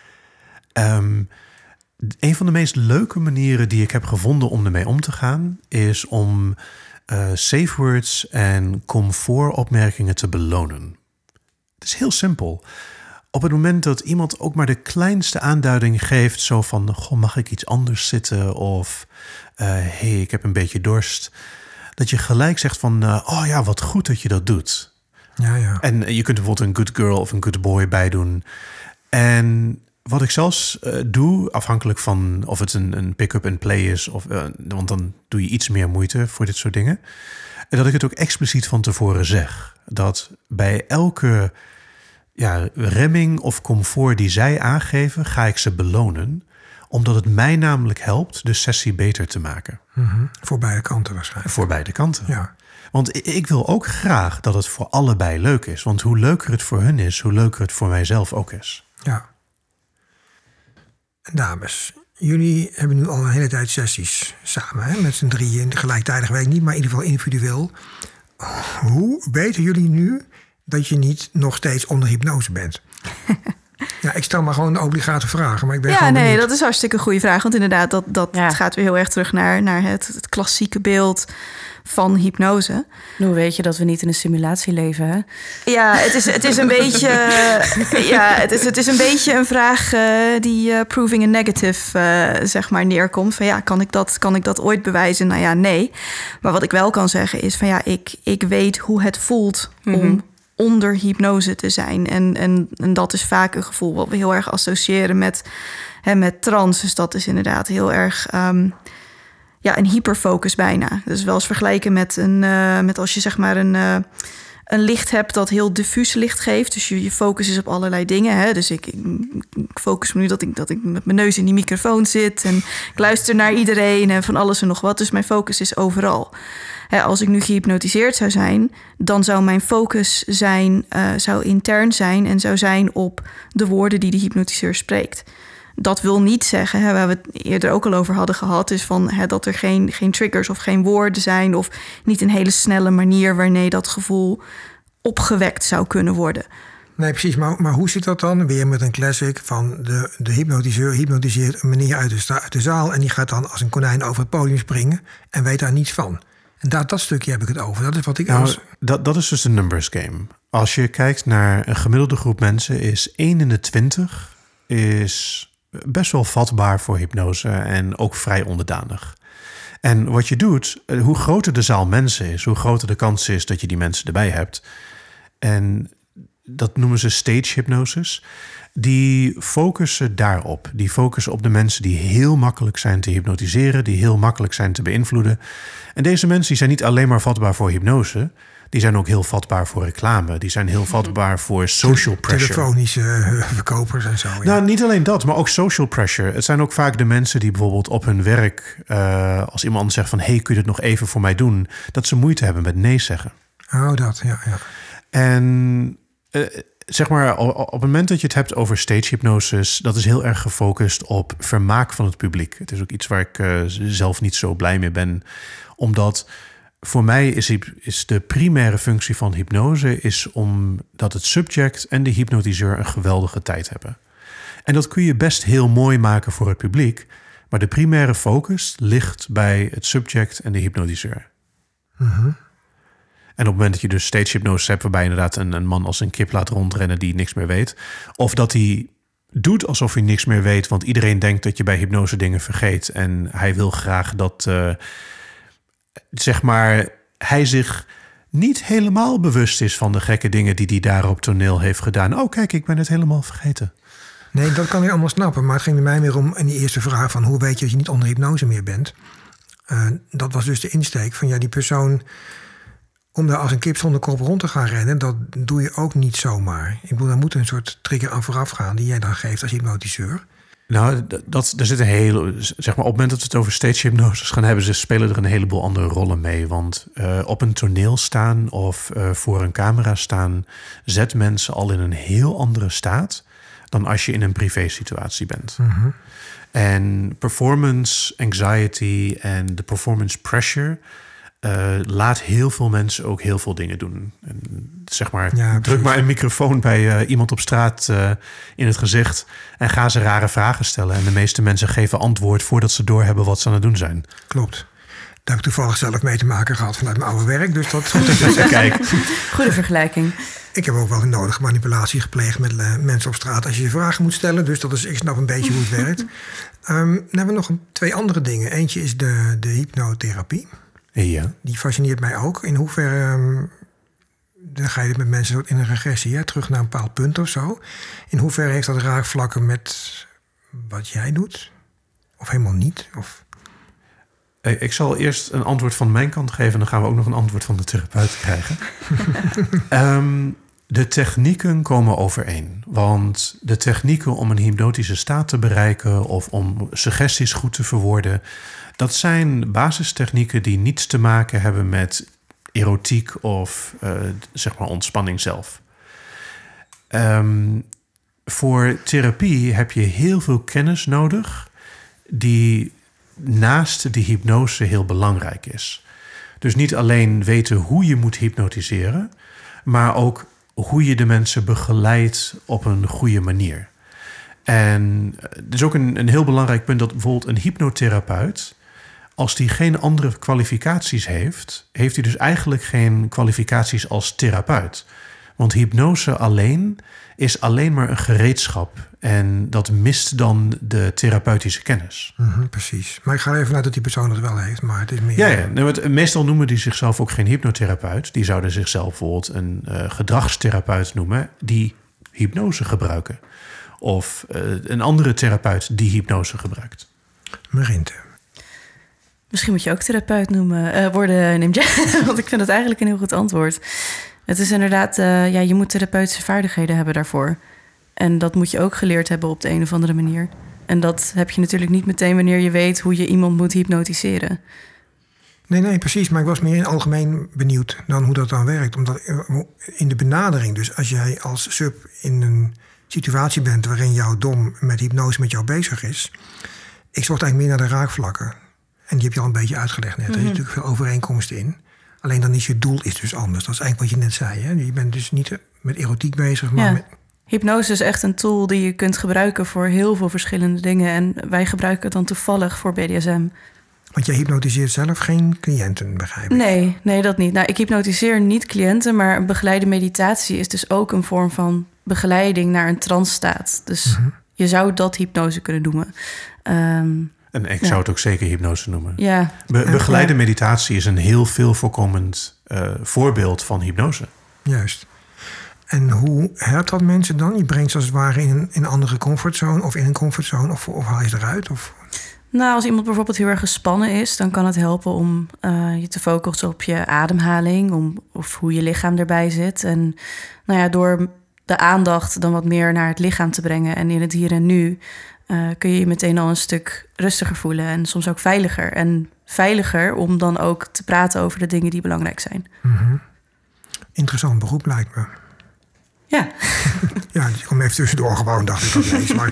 Een van de meest leuke manieren die ik heb gevonden om ermee om te gaan is om safe words en comfortopmerkingen te belonen. Het is heel simpel. Op het moment dat iemand ook maar de kleinste aanduiding geeft, zo van, goh, mag ik iets anders zitten? Of, hey, ik heb een beetje dorst. Dat je gelijk zegt van, oh ja, wat goed dat je dat doet. Ja. En je kunt er bijvoorbeeld een good girl of een good boy bij doen. En wat ik zelfs doe, afhankelijk van of het een pick-up and play is, want dan doe je iets meer moeite voor dit soort dingen. En dat ik het ook expliciet van tevoren zeg. Dat bij elke remming of comfort die zij aangeven, ga ik ze belonen. Omdat het mij namelijk helpt de sessie beter te maken. Mm-hmm. Voor beide kanten waarschijnlijk. Voor beide kanten. Ja. Want ik wil ook graag dat het voor allebei leuk is. Want hoe leuker het voor hun is, hoe leuker het voor mijzelf ook is. Ja. Dames, jullie hebben nu al een hele tijd sessies samen, hè? Met z'n drieën, gelijktijdig weet ik niet, maar in ieder geval individueel. Hoe weten jullie nu dat je niet nog steeds onder hypnose bent? Ja, ik stel maar gewoon de obligate vragen, maar ik ben gewoon benieuwd. Dat is hartstikke een goede vraag. Want inderdaad, dat gaat weer heel erg terug naar het klassieke beeld van hypnose. Hoe weet je dat we niet in een simulatie leven, hè? Ja, het is een beetje... het is een beetje een vraag die proving a negative, zeg maar, neerkomt. Van ja, kan ik dat ooit bewijzen? Nou ja, nee. Maar wat ik wel kan zeggen is van ja, ik weet hoe het voelt om onder hypnose te zijn. En dat is vaak een gevoel wat we heel erg associëren met trance. Dus dat is inderdaad heel erg... een hyperfocus bijna. Dus wel eens vergelijken met als je zeg maar een licht hebt dat heel diffuus licht geeft. Dus je focus is op allerlei dingen. Hè? Dus ik focus me nu dat ik met mijn neus in die microfoon zit en ik luister naar iedereen en van alles en nog wat. Dus mijn focus is overal. Als ik nu gehypnotiseerd zou zijn, dan zou mijn focus zou intern zijn en zou zijn op de woorden die de hypnotiseur spreekt. Dat wil niet zeggen, waar we het eerder ook al over hadden gehad, is van dat er geen triggers of geen woorden zijn of niet een hele snelle manier waarmee dat gevoel opgewekt zou kunnen worden. Nee, precies. Maar hoe zit dat dan? Weer met een classic van de hypnotiseur hypnotiseert een meneer uit de zaal en die gaat dan als een konijn over het podium springen en weet daar niets van. En dat stukje heb ik het over. Dat is wat ik... Dat is dus een numbers game. Als je kijkt naar een gemiddelde groep mensen, is 1 in de 20 is best wel vatbaar voor hypnose en ook vrij onderdanig. En wat je doet, hoe groter de zaal mensen is, hoe groter de kans is dat je die mensen erbij hebt. En dat noemen ze stage hypnosis. Die focussen daarop. Die focussen op de mensen die heel makkelijk zijn te hypnotiseren, die heel makkelijk zijn te beïnvloeden. En deze mensen die zijn niet alleen maar vatbaar voor hypnose, die zijn ook heel vatbaar voor reclame. Die zijn heel vatbaar voor social pressure. Telefonische verkopers en zo. Ja. Nou, niet alleen dat, maar ook social pressure. Het zijn ook vaak de mensen die bijvoorbeeld op hun werk, als iemand anders zegt van, hey, kun je dit nog even voor mij doen? Dat ze moeite hebben met nee zeggen. Oh, dat, ja. En zeg maar, op het moment dat je het hebt over stage hypnosis, dat is heel erg gefocust op vermaak van het publiek. Het is ook iets waar ik zelf niet zo blij mee ben. Omdat voor mij is de primaire functie van hypnose is omdat het subject en de hypnotiseur een geweldige tijd hebben. En dat kun je best heel mooi maken voor het publiek, maar de primaire focus ligt bij het subject en de hypnotiseur. Mm-hmm. En op het moment dat je dus stage hypnose hebt, waarbij inderdaad een man als een kip laat rondrennen die niks meer weet, of dat hij doet alsof hij niks meer weet, want iedereen denkt dat je bij hypnose dingen vergeet en hij wil graag dat, zeg maar, hij zich niet helemaal bewust is van de gekke dingen die hij daar op toneel heeft gedaan. Oh, kijk, ik ben het helemaal vergeten. Nee, dat kan ik allemaal snappen. Maar het ging er mij meer om in die eerste vraag van hoe weet je dat je niet onder hypnose meer bent. Dat was dus de insteek van ja, die persoon, om daar als een kip zonder kop rond te gaan rennen, dat doe je ook niet zomaar. Ik bedoel, daar moet een soort trigger aan vooraf gaan die jij dan geeft als hypnotiseur. Nou, er zit een hele, zeg maar, op het moment dat we het over stage hypnosis gaan hebben, spelen er een heleboel andere rollen mee. Want op een toneel staan of voor een camera staan zet mensen al in een heel andere staat dan als je in een privé situatie bent. Mm-hmm. En performance anxiety en de performance pressure laat heel veel mensen ook heel veel dingen doen. En, zeg maar, ja, druk maar een microfoon bij iemand op straat in het gezicht en ga ze rare vragen stellen. En de meeste mensen geven antwoord voordat ze doorhebben wat ze aan het doen zijn. Klopt. Daar heb ik toevallig zelf mee te maken gehad vanuit mijn oude werk. Dus dat Kijk. Goede vergelijking. Ik heb ook wel een nodige manipulatie gepleegd met mensen op straat als je je vragen moet stellen. Dus dat is, ik snap een beetje hoe het werkt. Dan hebben we nog twee andere dingen. Eentje is de hypnotherapie. Ja. Die fascineert mij ook. In hoeverre dan ga je met mensen in een regressie, hè, terug naar een bepaald punt of zo. In hoeverre heeft dat raakvlakken met wat jij doet? Of helemaal niet? Of... Ik zal eerst een antwoord van mijn kant geven en dan gaan we ook nog een antwoord van de therapeut krijgen. De technieken komen overeen. Want de technieken om een hypnotische staat te bereiken of om suggesties goed te verwoorden, dat zijn basistechnieken die niets te maken hebben met erotiek of zeg maar ontspanning zelf. Voor therapie heb je heel veel kennis nodig die naast die hypnose heel belangrijk is. Dus niet alleen weten hoe je moet hypnotiseren, maar ook hoe je de mensen begeleidt op een goede manier. En het is ook een heel belangrijk punt dat bijvoorbeeld een hypnotherapeut, als die geen andere kwalificaties heeft, heeft hij dus eigenlijk geen kwalificaties als therapeut. Want hypnose alleen is alleen maar een gereedschap. En dat mist dan de therapeutische kennis. Mm-hmm, precies. Maar ik ga er even uit dat die persoon het wel heeft. Maar het is meer... Ja. Meestal noemen die zichzelf ook geen hypnotherapeut. Die zouden zichzelf bijvoorbeeld een gedragstherapeut noemen die hypnose gebruiken. Of een andere therapeut die hypnose gebruikt. Marinte. Misschien moet je ook therapeut worden, Nimja. Want ik vind het eigenlijk een heel goed antwoord. Het is inderdaad, je moet therapeutische vaardigheden hebben daarvoor. En dat moet je ook geleerd hebben op de een of andere manier. En dat heb je natuurlijk niet meteen wanneer je weet hoe je iemand moet hypnotiseren. Nee, precies. Maar ik was meer in het algemeen benieuwd dan hoe dat dan werkt. Omdat in de benadering, dus als jij als sub in een situatie bent waarin jouw dom met hypnose met jou bezig is, ik zocht eigenlijk meer naar de raakvlakken. En die heb je al een beetje uitgelegd net. Er zitten natuurlijk veel overeenkomsten in. Alleen dan is je doel dus anders. Dat is eigenlijk wat je net zei. Hè? Je bent dus niet met erotiek bezig, maar met... Hypnose is echt een tool die je kunt gebruiken voor heel veel verschillende dingen. En wij gebruiken het dan toevallig voor BDSM. Want jij hypnotiseert zelf geen cliënten, begrijp ik? Nee, dat niet. Nou, ik hypnotiseer niet cliënten, maar een begeleide meditatie is dus ook een vorm van begeleiding naar een trance-staat. Dus je zou dat hypnose kunnen noemen. En ik zou het ook zeker hypnose noemen. Ja. Begeleide meditatie is een heel veel voorkomend voorbeeld van hypnose. Juist. En hoe helpt dat mensen dan? Je brengt ze als het ware in een andere comfortzone of in een comfortzone of haal je eruit? Of... Nou, als iemand bijvoorbeeld heel erg gespannen is, dan kan het helpen om je te focussen op je ademhaling, of hoe je lichaam erbij zit. En door de aandacht dan wat meer naar het lichaam te brengen en in het hier en nu, kun je je meteen al een stuk rustiger voelen en soms ook veiliger. En veiliger om dan ook te praten over de dingen die belangrijk zijn. Mm-hmm. Interessant beroep lijkt me. Ja. Ja, ik kom even tussendoor gewoon, dacht ik ook eens. Maar,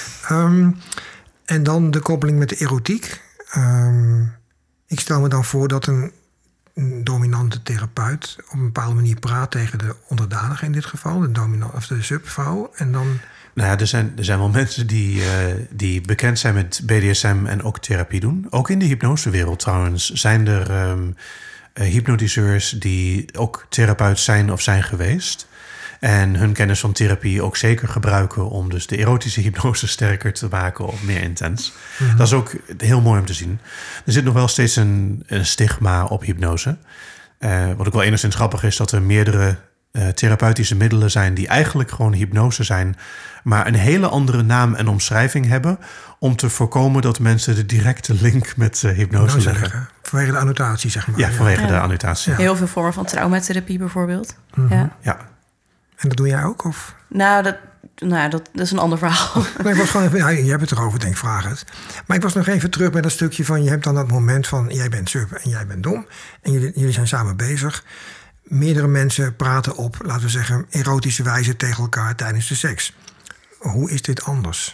en dan de koppeling met de erotiek. Ik stel me dan voor dat een dominante therapeut op een bepaalde manier praat tegen de onderdanige in dit geval, de subvrouw. En dan. Nou ja, er zijn wel mensen die bekend zijn met BDSM en ook therapie doen. Ook in de hypnosewereld trouwens zijn er hypnotiseurs die ook therapeut zijn of zijn geweest. En hun kennis van therapie ook zeker gebruiken om dus de erotische hypnose sterker te maken of meer intens. Mm-hmm. Dat is ook heel mooi om te zien. Er zit nog wel steeds een stigma op hypnose. Wat ook wel enigszins grappig is, dat er meerdere therapeutische middelen zijn die eigenlijk gewoon hypnose zijn, maar een hele andere naam en omschrijving hebben om te voorkomen dat mensen de directe link met hypnose leggen. Vanwege de annotatie, zeg maar. Ja, vanwege de annotatie. Ja. Heel veel vormen van traumatherapie bijvoorbeeld. Mm-hmm. Ja. En dat doe jij ook? Of? Nou, dat is een ander verhaal. Nee, ik was gewoon even, je hebt het erover, denk ik, vraag het. Maar ik was nog even terug bij dat stukje van, je hebt dan dat moment van, jij bent sub en jij bent dom. En jullie zijn samen bezig. Meerdere mensen praten op, laten we zeggen, erotische wijze tegen elkaar tijdens de seks. Hoe is dit anders?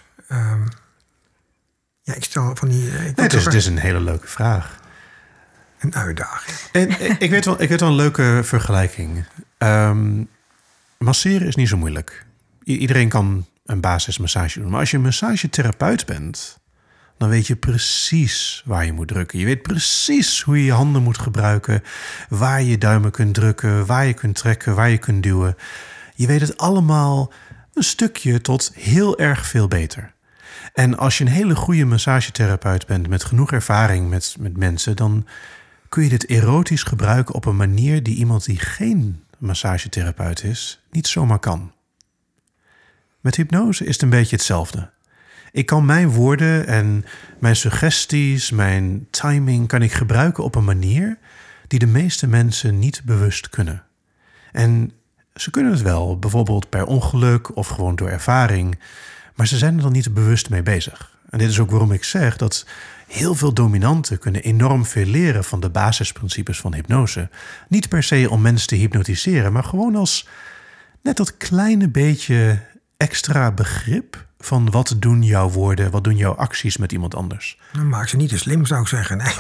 Ik stel van die. Het is een hele leuke vraag. Een uitdaging. En, ik weet wel een leuke vergelijking. Masseren is niet zo moeilijk. Iedereen kan een basismassage doen. Maar als je een massagetherapeut bent, dan weet je precies waar je moet drukken. Je weet precies hoe je je handen moet gebruiken, waar je duimen kunt drukken, waar je kunt trekken, waar je kunt duwen. Je weet het allemaal een stukje tot heel erg veel beter. En als je een hele goede massagetherapeut bent met genoeg ervaring met mensen, dan kun je dit erotisch gebruiken op een manier die iemand die geen massagetherapeut is, niet zomaar kan. Met hypnose is het een beetje hetzelfde. Ik kan mijn woorden en mijn suggesties, mijn timing kan ik gebruiken op een manier die de meeste mensen niet bewust kunnen. En ze kunnen het wel, bijvoorbeeld per ongeluk of gewoon door ervaring, maar ze zijn er dan niet bewust mee bezig. En dit is ook waarom ik zeg dat heel veel dominanten kunnen enorm veel leren van de basisprincipes van hypnose. Niet per se om mensen te hypnotiseren, maar gewoon als net dat kleine beetje extra begrip van wat doen jouw woorden, wat doen jouw acties met iemand anders. Dan maak ze niet te slim, zou ik zeggen. Nee.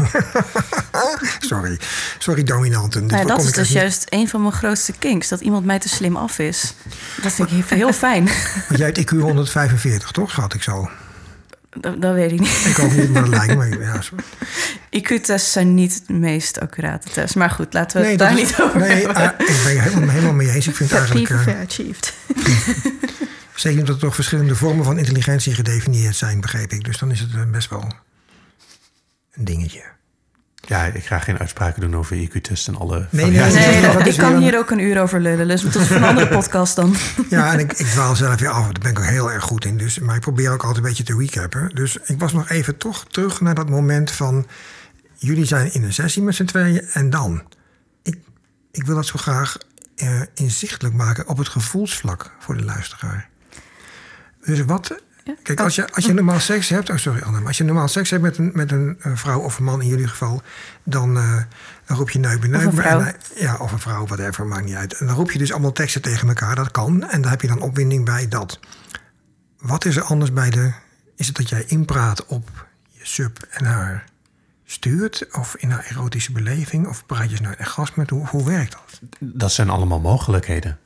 Sorry dominanten. Dat is dus juist een van mijn grootste kinks, dat iemand mij te slim af is. Dat vind ik heel fijn. Want jij hebt IQ 145, toch? Schat ik zo. Dat weet ik niet. Ik ook niet, maar dat lijkt me. Ja, IQ-tests zijn niet de meest accurate tests. Maar goed, laten we het daar niet over hebben. Ik ben het helemaal mee eens. Ik vind het eigenlijk... Fair achieved. Zeker omdat er toch verschillende vormen van intelligentie gedefinieerd zijn, begreep ik. Dus dan is het best wel een dingetje. Ja, ik ga geen uitspraken doen over IQ-tests en alle... Nee, ik kan hier ook een uur over lullen. Dus dat is een andere podcast dan. Ja, en ik dwaal zelf weer af. Daar ben ik ook heel erg goed in. Dus, maar ik probeer ook altijd een beetje te recappen. Dus ik was nog even toch terug naar dat moment van... jullie zijn in een sessie met z'n tweeën en dan... Ik wil dat zo graag inzichtelijk maken op het gevoelsvlak voor de luisteraar. Dus wat... Kijk, als je normaal seks hebt... Oh, sorry, Anne. Maar als je normaal seks hebt met een vrouw of een man in jullie geval... dan roep je neuken. Of een vrouw. Of een vrouw, whatever, maakt niet uit. En dan roep je dus allemaal teksten tegen elkaar. Dat kan. En daar heb je dan opwinding bij dat. Wat is er anders bij de... Is het dat jij inpraat op je sub en haar stuurt? Of in haar erotische beleving? Of praat je naar een orgasme? Hoe werkt dat? Dat zijn allemaal mogelijkheden.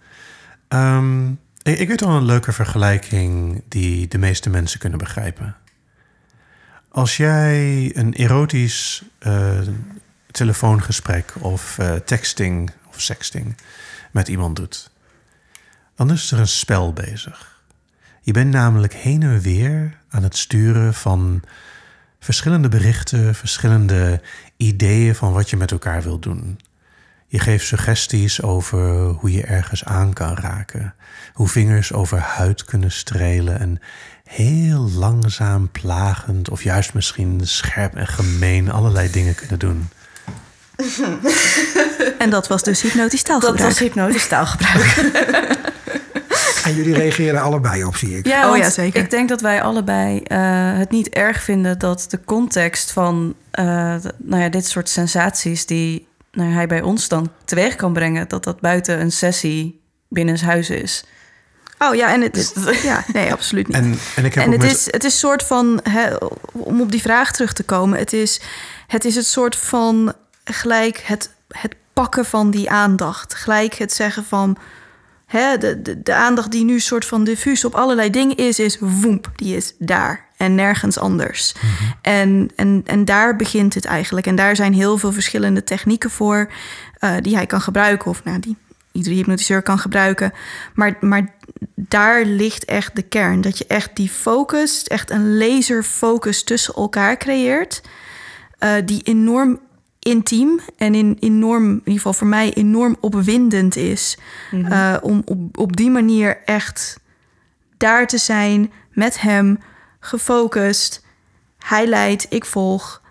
Ik weet wel een leuke vergelijking die de meeste mensen kunnen begrijpen. Als jij een erotisch telefoongesprek of texting of sexting met iemand doet, dan is er een spel bezig. Je bent namelijk heen en weer aan het sturen van verschillende berichten, verschillende ideeën van wat je met elkaar wilt doen. Je geeft suggesties over hoe je ergens aan kan raken. Hoe vingers over huid kunnen strelen en heel langzaam plagend of juist misschien scherp en gemeen allerlei dingen kunnen doen. En dat was dus hypnotisch taalgebruik. En jullie reageren allebei op, zie ik. Ja, zeker. Ik denk dat wij allebei het niet erg vinden dat de context van dit soort sensaties die hij bij ons dan teweeg kan brengen, dat buiten een sessie binnen zijn huis is. Oh ja, en het is... Ja, nee, absoluut niet. En ik heb het is soort van... om op die vraag terug te komen... Het is het soort van... Gelijk het pakken van die aandacht. Gelijk het zeggen van... de aandacht die nu soort van diffuus op allerlei dingen is woemp, die is daar en nergens anders. Mm-hmm. En daar begint het eigenlijk. En daar zijn heel veel verschillende technieken voor... die hij kan gebruiken of die iedere hypnotiseur kan gebruiken. Maar daar ligt echt de kern. Dat je echt die focus, echt een laserfocus tussen elkaar creëert... die enorm intiem en enorm, in ieder geval voor mij, enorm opwindend is. Mm-hmm. Om op die manier echt daar te zijn met hem, gefocust. Hij leidt, ik volg.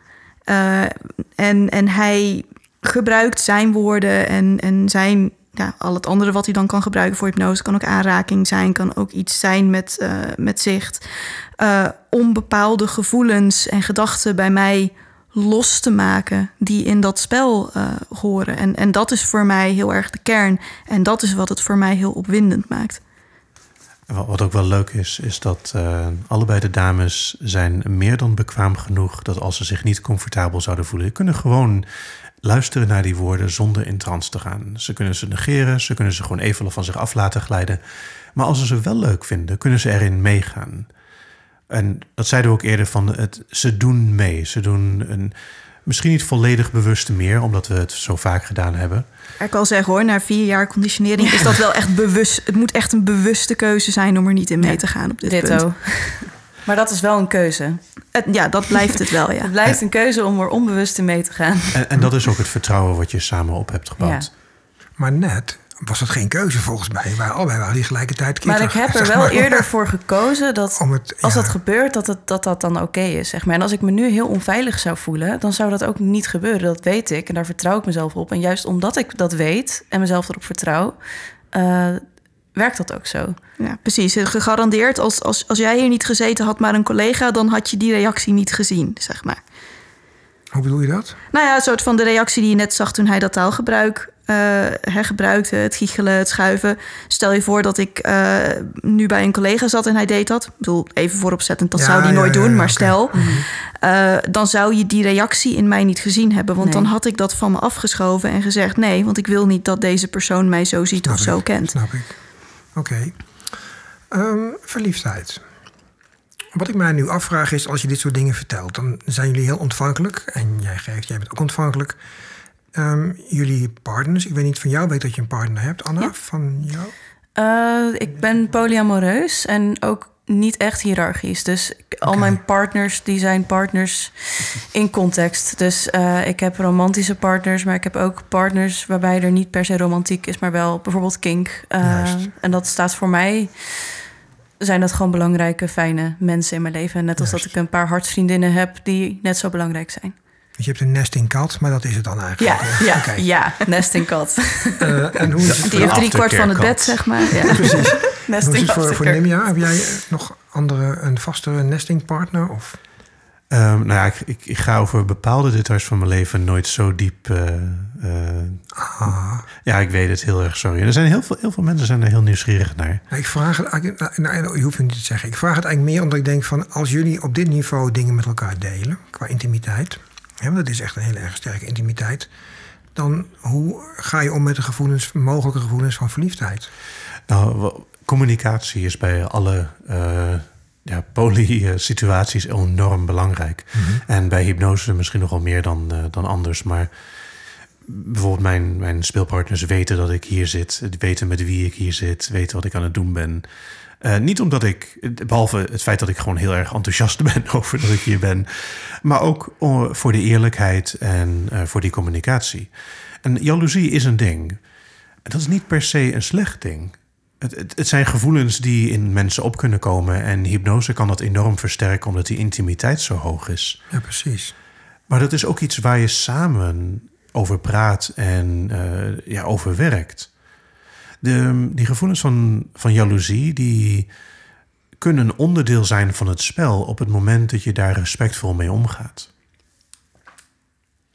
En hij gebruikt zijn woorden en zijn... Ja, al het andere wat hij dan kan gebruiken voor hypnose... kan ook aanraking zijn, kan ook iets zijn met zicht... om bepaalde gevoelens en gedachten bij mij los te maken... die in dat spel horen. En dat is voor mij heel erg de kern. En dat is wat het voor mij heel opwindend maakt. Wat ook wel leuk is dat allebei de dames zijn meer dan bekwaam genoeg... dat als ze zich niet comfortabel zouden voelen... kunnen gewoon luisteren naar die woorden zonder in trance te gaan. Ze kunnen ze negeren, ze kunnen ze gewoon even van zich af laten glijden. Maar als ze wel leuk vinden, kunnen ze erin meegaan. En dat zeiden we ook eerder van, ze doen mee. Ze doen misschien niet volledig bewust meer, omdat we het zo vaak gedaan hebben. Ik kan zeggen hoor, na 4 jaar conditionering is dat wel echt bewust. Het moet echt een bewuste keuze zijn om er niet in mee te gaan op dit punt. Maar dat is wel een keuze. Dat blijft het wel, ja. Het blijft een keuze om er onbewust in mee te gaan. En dat is ook het vertrouwen wat je samen op hebt gebouwd. Ja. Maar net was dat geen keuze volgens mij. Allebei waren die gelijkertijd Maar ik heb er wel eerder voor gekozen dat als dat gebeurt, dat dan oké is. Zeg maar. En als ik me nu heel onveilig zou voelen, dan zou dat ook niet gebeuren. Dat weet ik en daar vertrouw ik mezelf op. En juist omdat ik dat weet en mezelf erop vertrouw, werkt dat ook zo. Ja, precies. Gegarandeerd, als jij hier niet gezeten had, maar een collega, dan had je die reactie niet gezien, zeg maar. Hoe bedoel je dat? Nou ja, een soort van de reactie die je net zag toen hij dat taalgebruik gebruikte, het giechelen, het schuiven. Stel je voor dat ik nu bij een collega zat en hij deed dat. Ik bedoel, even vooropzettend, dat zou hij nooit doen, maar stel. Dan zou je die reactie in mij niet gezien hebben. Want dan had ik dat van me afgeschoven en gezegd... nee, want ik wil niet dat deze persoon mij zo ziet of zo kent. Snap ik. Oké. Verliefdheid. Wat ik mij nu afvraag is, als je dit soort dingen vertelt... dan zijn jullie heel ontvankelijk. En jij bent ook ontvankelijk. Jullie partners, ik weet niet van jou, weet dat je een partner hebt. Anna, ja. Van jou? Ik ben polyamoreus en ook niet echt hiërarchisch. Dus al mijn partners, die zijn partners in context. Dus ik heb romantische partners, maar ik heb ook partners waarbij er niet per se romantiek is, maar wel bijvoorbeeld kink. En dat staat voor mij, zijn dat gewoon belangrijke, fijne mensen in mijn leven. Net als dat ik een paar hartsvriendinnen heb die net zo belangrijk zijn. Je hebt een nesting kat, maar dat is het dan eigenlijk. Ja, nesting kat. En hoe is het die heeft 3/4 van het bed, zeg maar. Ja. Precies. Nesting hoe is het voor Nimja? Heb jij nog een vastere nestingpartner? Of? Ik ga over bepaalde details van mijn leven nooit zo diep. Ja, ik weet het, heel erg sorry. Er zijn heel veel mensen zijn er heel nieuwsgierig naar. Ik vraag het eigenlijk, je hoeft het niet te zeggen. Ik vraag het eigenlijk meer omdat ik denk van, als jullie op dit niveau dingen met elkaar delen, qua intimiteit, want dat is echt een hele erg sterke intimiteit, dan hoe ga je om met de mogelijke gevoelens van verliefdheid? Nou, communicatie is bij alle poly-situaties enorm belangrijk. Mm-hmm. En bij hypnose misschien nogal meer dan anders. Maar bijvoorbeeld mijn speelpartners weten dat ik hier zit. Weten met wie ik hier zit. Weten wat ik aan het doen ben. Niet omdat behalve het feit dat ik gewoon heel erg enthousiast ben over dat ik hier ben. Maar ook voor de eerlijkheid en voor die communicatie. En jaloezie is een ding. En dat is niet per se een slecht ding. Het zijn gevoelens die in mensen op kunnen komen. En hypnose kan dat enorm versterken omdat die intimiteit zo hoog is. Ja, precies. Maar dat is ook iets waar je samen over praat en over werkt. Die gevoelens van jaloezie, die kunnen een onderdeel zijn van het spel op het moment dat je daar respectvol mee omgaat.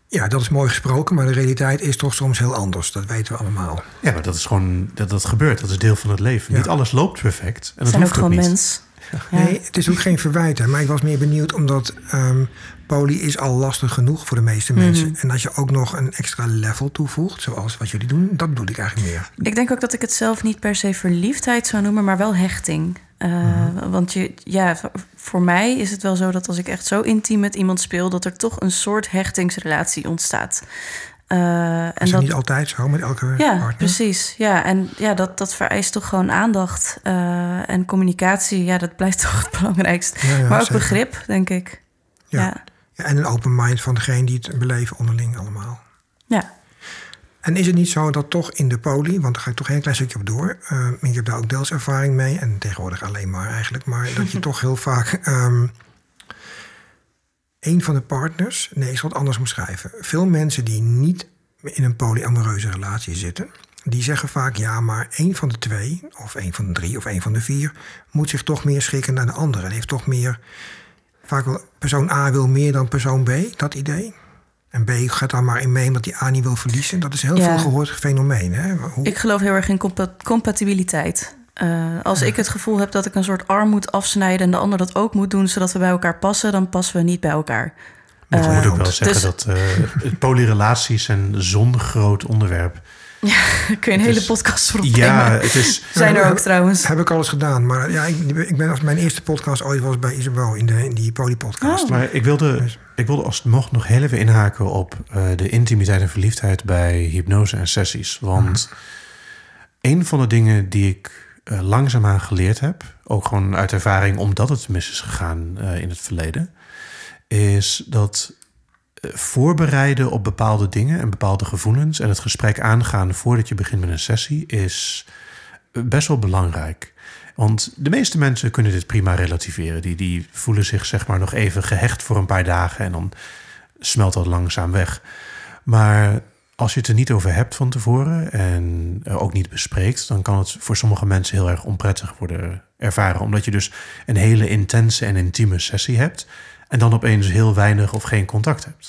Ja, dat is mooi gesproken, maar de realiteit is toch soms heel anders. Dat weten we allemaal. Ja, maar dat is gewoon, dat gebeurt. Dat is deel van het leven. Ja. Niet alles loopt perfect. En dat zijn ook hoeft gewoon niet. mens. Ja. Nee, het is ook geen verwijt. Hè, maar ik was meer benieuwd omdat poly is al lastig genoeg voor de meeste mensen. En als je ook nog een extra level toevoegt, zoals wat jullie doen, dat bedoel ik eigenlijk meer. Ik denk ook dat ik het zelf niet per se verliefdheid zou noemen, maar wel hechting. Want voor mij is het wel zo dat als ik echt zo intiem met iemand speel, dat er toch een soort hechtingsrelatie ontstaat. Is dat niet altijd zo met elke partner? Precies. Ja, en ja, dat vereist toch gewoon aandacht. En communicatie, ja, dat blijft toch het belangrijkste. Ja, maar ook zeker. begrip, denk ik. Ja. Ja, en een open mind van degene die het beleven onderling allemaal. Ja. En is het niet zo dat toch in de poly, want daar ga ik toch een klein stukje op door. Ik heb daar ook deels ervaring mee, en tegenwoordig alleen maar eigenlijk. Maar dat je toch heel vaak een van de partners, nee, ik zal het anders omschrijven. Veel mensen die niet in een polyamoreuze relatie zitten, die zeggen vaak, ja, maar één van de twee, of één van de drie, of één van de vier, moet zich toch meer schikken naar de andere. En heeft toch meer, vaak wel, persoon A wil meer dan persoon B, dat idee. En B gaat daar maar in mee omdat die A niet wil verliezen. Dat is een heel veel gehoord fenomeen. Hè? Ik geloof heel erg in compatibiliteit. Als ik het gevoel heb dat ik een soort arm moet afsnijden en de ander dat ook moet doen, zodat we bij elkaar passen, dan passen we niet bij elkaar. Ik moet ook wel zeggen dat polyrelaties een zo'n groot onderwerp. Ja, daar kun je een hele podcast voor opnemen. Ja, het is. Zijn er ook trouwens. Heb ik al eens gedaan. Maar ja, ik ben als mijn eerste podcast ooit was bij Isabel in die polypodcast. Oh. Maar ik wilde alsnog nog heel even inhaken op de intimiteit en verliefdheid bij hypnose en sessies. Want een van de dingen die ik langzaamaan geleerd heb, ook gewoon uit ervaring omdat het mis is gegaan in het verleden, is dat voorbereiden op bepaalde dingen en bepaalde gevoelens en het gesprek aangaan voordat je begint met een sessie is best wel belangrijk. Want de meeste mensen kunnen dit prima relativeren. Die voelen zich zeg maar nog even gehecht voor een paar dagen en dan smelt dat langzaam weg. Maar als je het er niet over hebt van tevoren en ook niet bespreekt, dan kan het voor sommige mensen heel erg onprettig worden ervaren. Omdat je dus een hele intense en intieme sessie hebt en dan opeens heel weinig of geen contact hebt.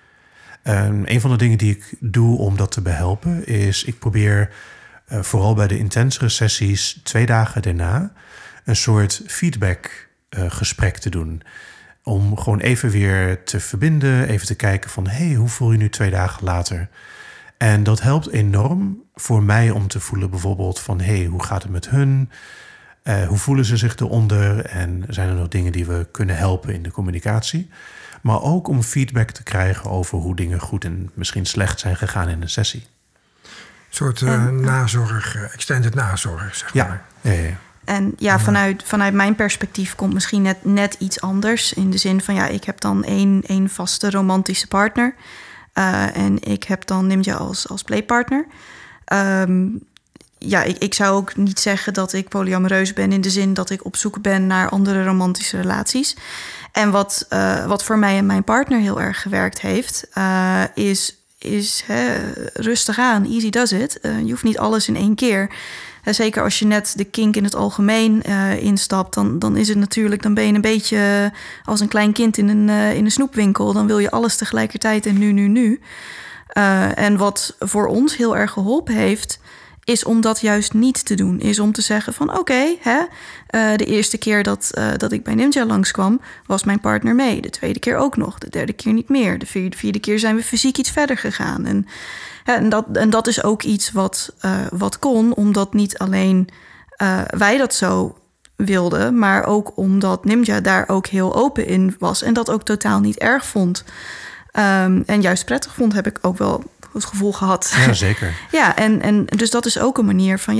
Een van de dingen die ik doe om dat te behelpen is, ik probeer vooral bij de intensere sessies 2 dagen daarna een soort feedback gesprek te doen. Om gewoon even weer te verbinden, even te kijken van hoe voel je nu 2 dagen later? En dat helpt enorm voor mij om te voelen bijvoorbeeld van hoe gaat het met hun? Hoe voelen ze zich eronder? En zijn er nog dingen die we kunnen helpen in de communicatie? Maar ook om feedback te krijgen over hoe dingen goed en misschien slecht zijn gegaan in een sessie. Een soort nazorg, extended nazorg, zeg maar. Ja. En ja, vanuit mijn perspectief komt misschien net iets anders. In de zin van, ik heb dan één vaste romantische partner. En ik heb dan Nimja als playpartner. Ik zou ook niet zeggen dat ik polyamoreus ben in de zin dat ik op zoek ben naar andere romantische relaties. En wat voor mij en mijn partner heel erg gewerkt heeft, is rustig aan, easy does it. Je hoeft niet alles in één keer. Zeker als je net de kink in het algemeen instapt, dan is het natuurlijk, dan ben je een beetje als een klein kind in een snoepwinkel. Dan wil je alles tegelijkertijd en nu. En wat voor ons heel erg geholpen heeft, is om dat juist niet te doen. Is om te zeggen van de eerste keer dat ik bij Nimja langskwam, was mijn partner mee. De tweede keer ook nog. De derde keer niet meer. De vierde keer zijn we fysiek iets verder gegaan. En dat is ook iets wat kon, omdat niet alleen wij dat zo wilden, maar ook omdat Nimja daar ook heel open in was en dat ook totaal niet erg vond. En juist prettig vond, heb ik ook wel het gevoel gehad. Ja, zeker. Ja, en dus dat is ook een manier van,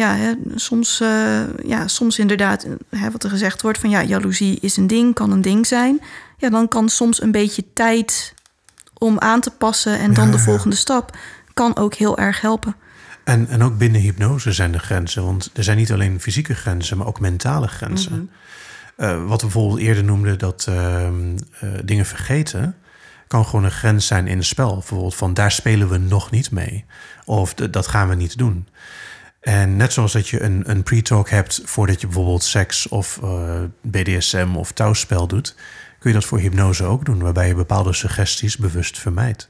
soms inderdaad, wat er gezegd wordt van, jaloezie is een ding, kan een ding zijn. Ja, dan kan soms een beetje tijd om aan te passen en dan de volgende stap kan ook heel erg helpen. En ook binnen hypnose zijn er grenzen, want er zijn niet alleen fysieke grenzen, maar ook mentale grenzen. Wat we bijvoorbeeld eerder noemden, dat dingen vergeten kan gewoon een grens zijn in het spel. Bijvoorbeeld van, daar spelen we nog niet mee. Of dat gaan we niet doen. En net zoals dat je een pre-talk hebt voordat je bijvoorbeeld seks of BDSM of touwspel doet, kun je dat voor hypnose ook doen, waarbij je bepaalde suggesties bewust vermijdt.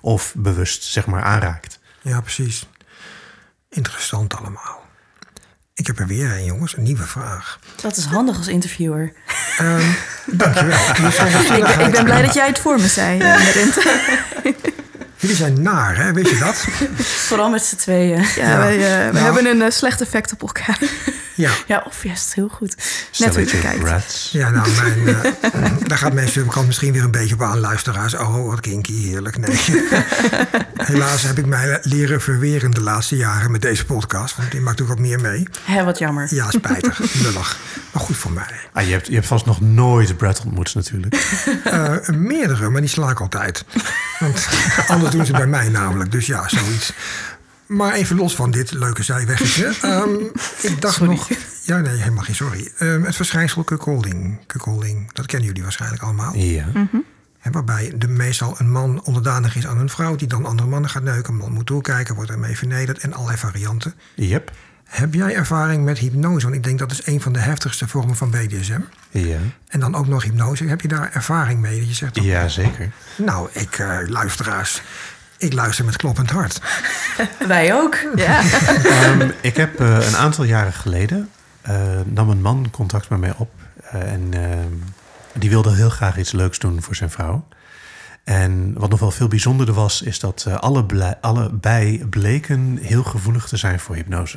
of bewust zeg maar aanraakt. Ja, precies. Interessant allemaal. Ik heb er weer een, jongens, een nieuwe vraag. Dat is handig als interviewer. Dankjewel. Ik ben blij dat jij het voor me zei, Merint. Jullie zijn naar, hè? Weet je dat? Vooral met z'n tweeën. Ja, wij hebben een slecht effect op elkaar. Ja, of juist heel goed. Net hoe je kijkt. Rats. Ja, nou, daar gaat mijn subkant misschien weer een beetje op aan, luisteraars. Oh, wat kinky, heerlijk. Nee. Helaas heb ik mij leren verweren de laatste jaren met deze podcast. Want die maakt ook wat meer mee. Hé, wat jammer. Ja, spijtig, lullig. Maar goed voor mij. Je hebt vast nog nooit Brad ontmoet natuurlijk. Meerdere, maar die sla ik altijd. Want anders doen ze bij mij namelijk. Dus ja, zoiets. Maar even los van dit leuke zijweggetje. Ik dacht nog... Ja, nee, helemaal geen sorry. Het verschijnsel cuckolding. Dat kennen jullie waarschijnlijk allemaal. Ja. Waarbij meestal een man onderdanig is aan een vrouw... die dan andere mannen gaat neuken. Een man moet toekijken, wordt ermee vernederd... en allerlei varianten. Yep. Heb jij ervaring met hypnose? Want ik denk dat is een van de heftigste vormen van BDSM. Ja. En dan ook nog hypnose. Heb je daar ervaring mee? Dat je zegt, Ja, zeker. Nou, luisteraars... Ik luister met kloppend hart. Wij ook. Ja. Ik heb een aantal jaren geleden... nam een man contact met mij op. En die wilde heel graag iets leuks doen voor zijn vrouw. En wat nog wel veel bijzonderder was... is dat allebei bleken heel gevoelig te zijn voor hypnose.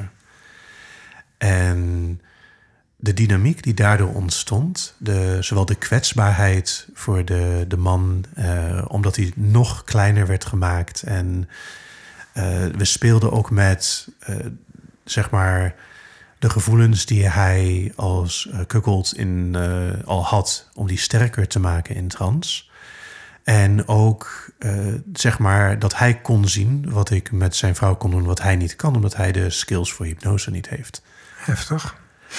En de dynamiek die daardoor ontstond... zowel de kwetsbaarheid voor de man... omdat hij nog kleiner werd gemaakt. En we speelden ook met... zeg maar de gevoelens die hij als cuckold al had... om die sterker te maken in trance. En ook zeg maar dat hij kon zien wat ik met zijn vrouw kon doen... wat hij niet kan, omdat hij de skills voor hypnose niet heeft. Heftig.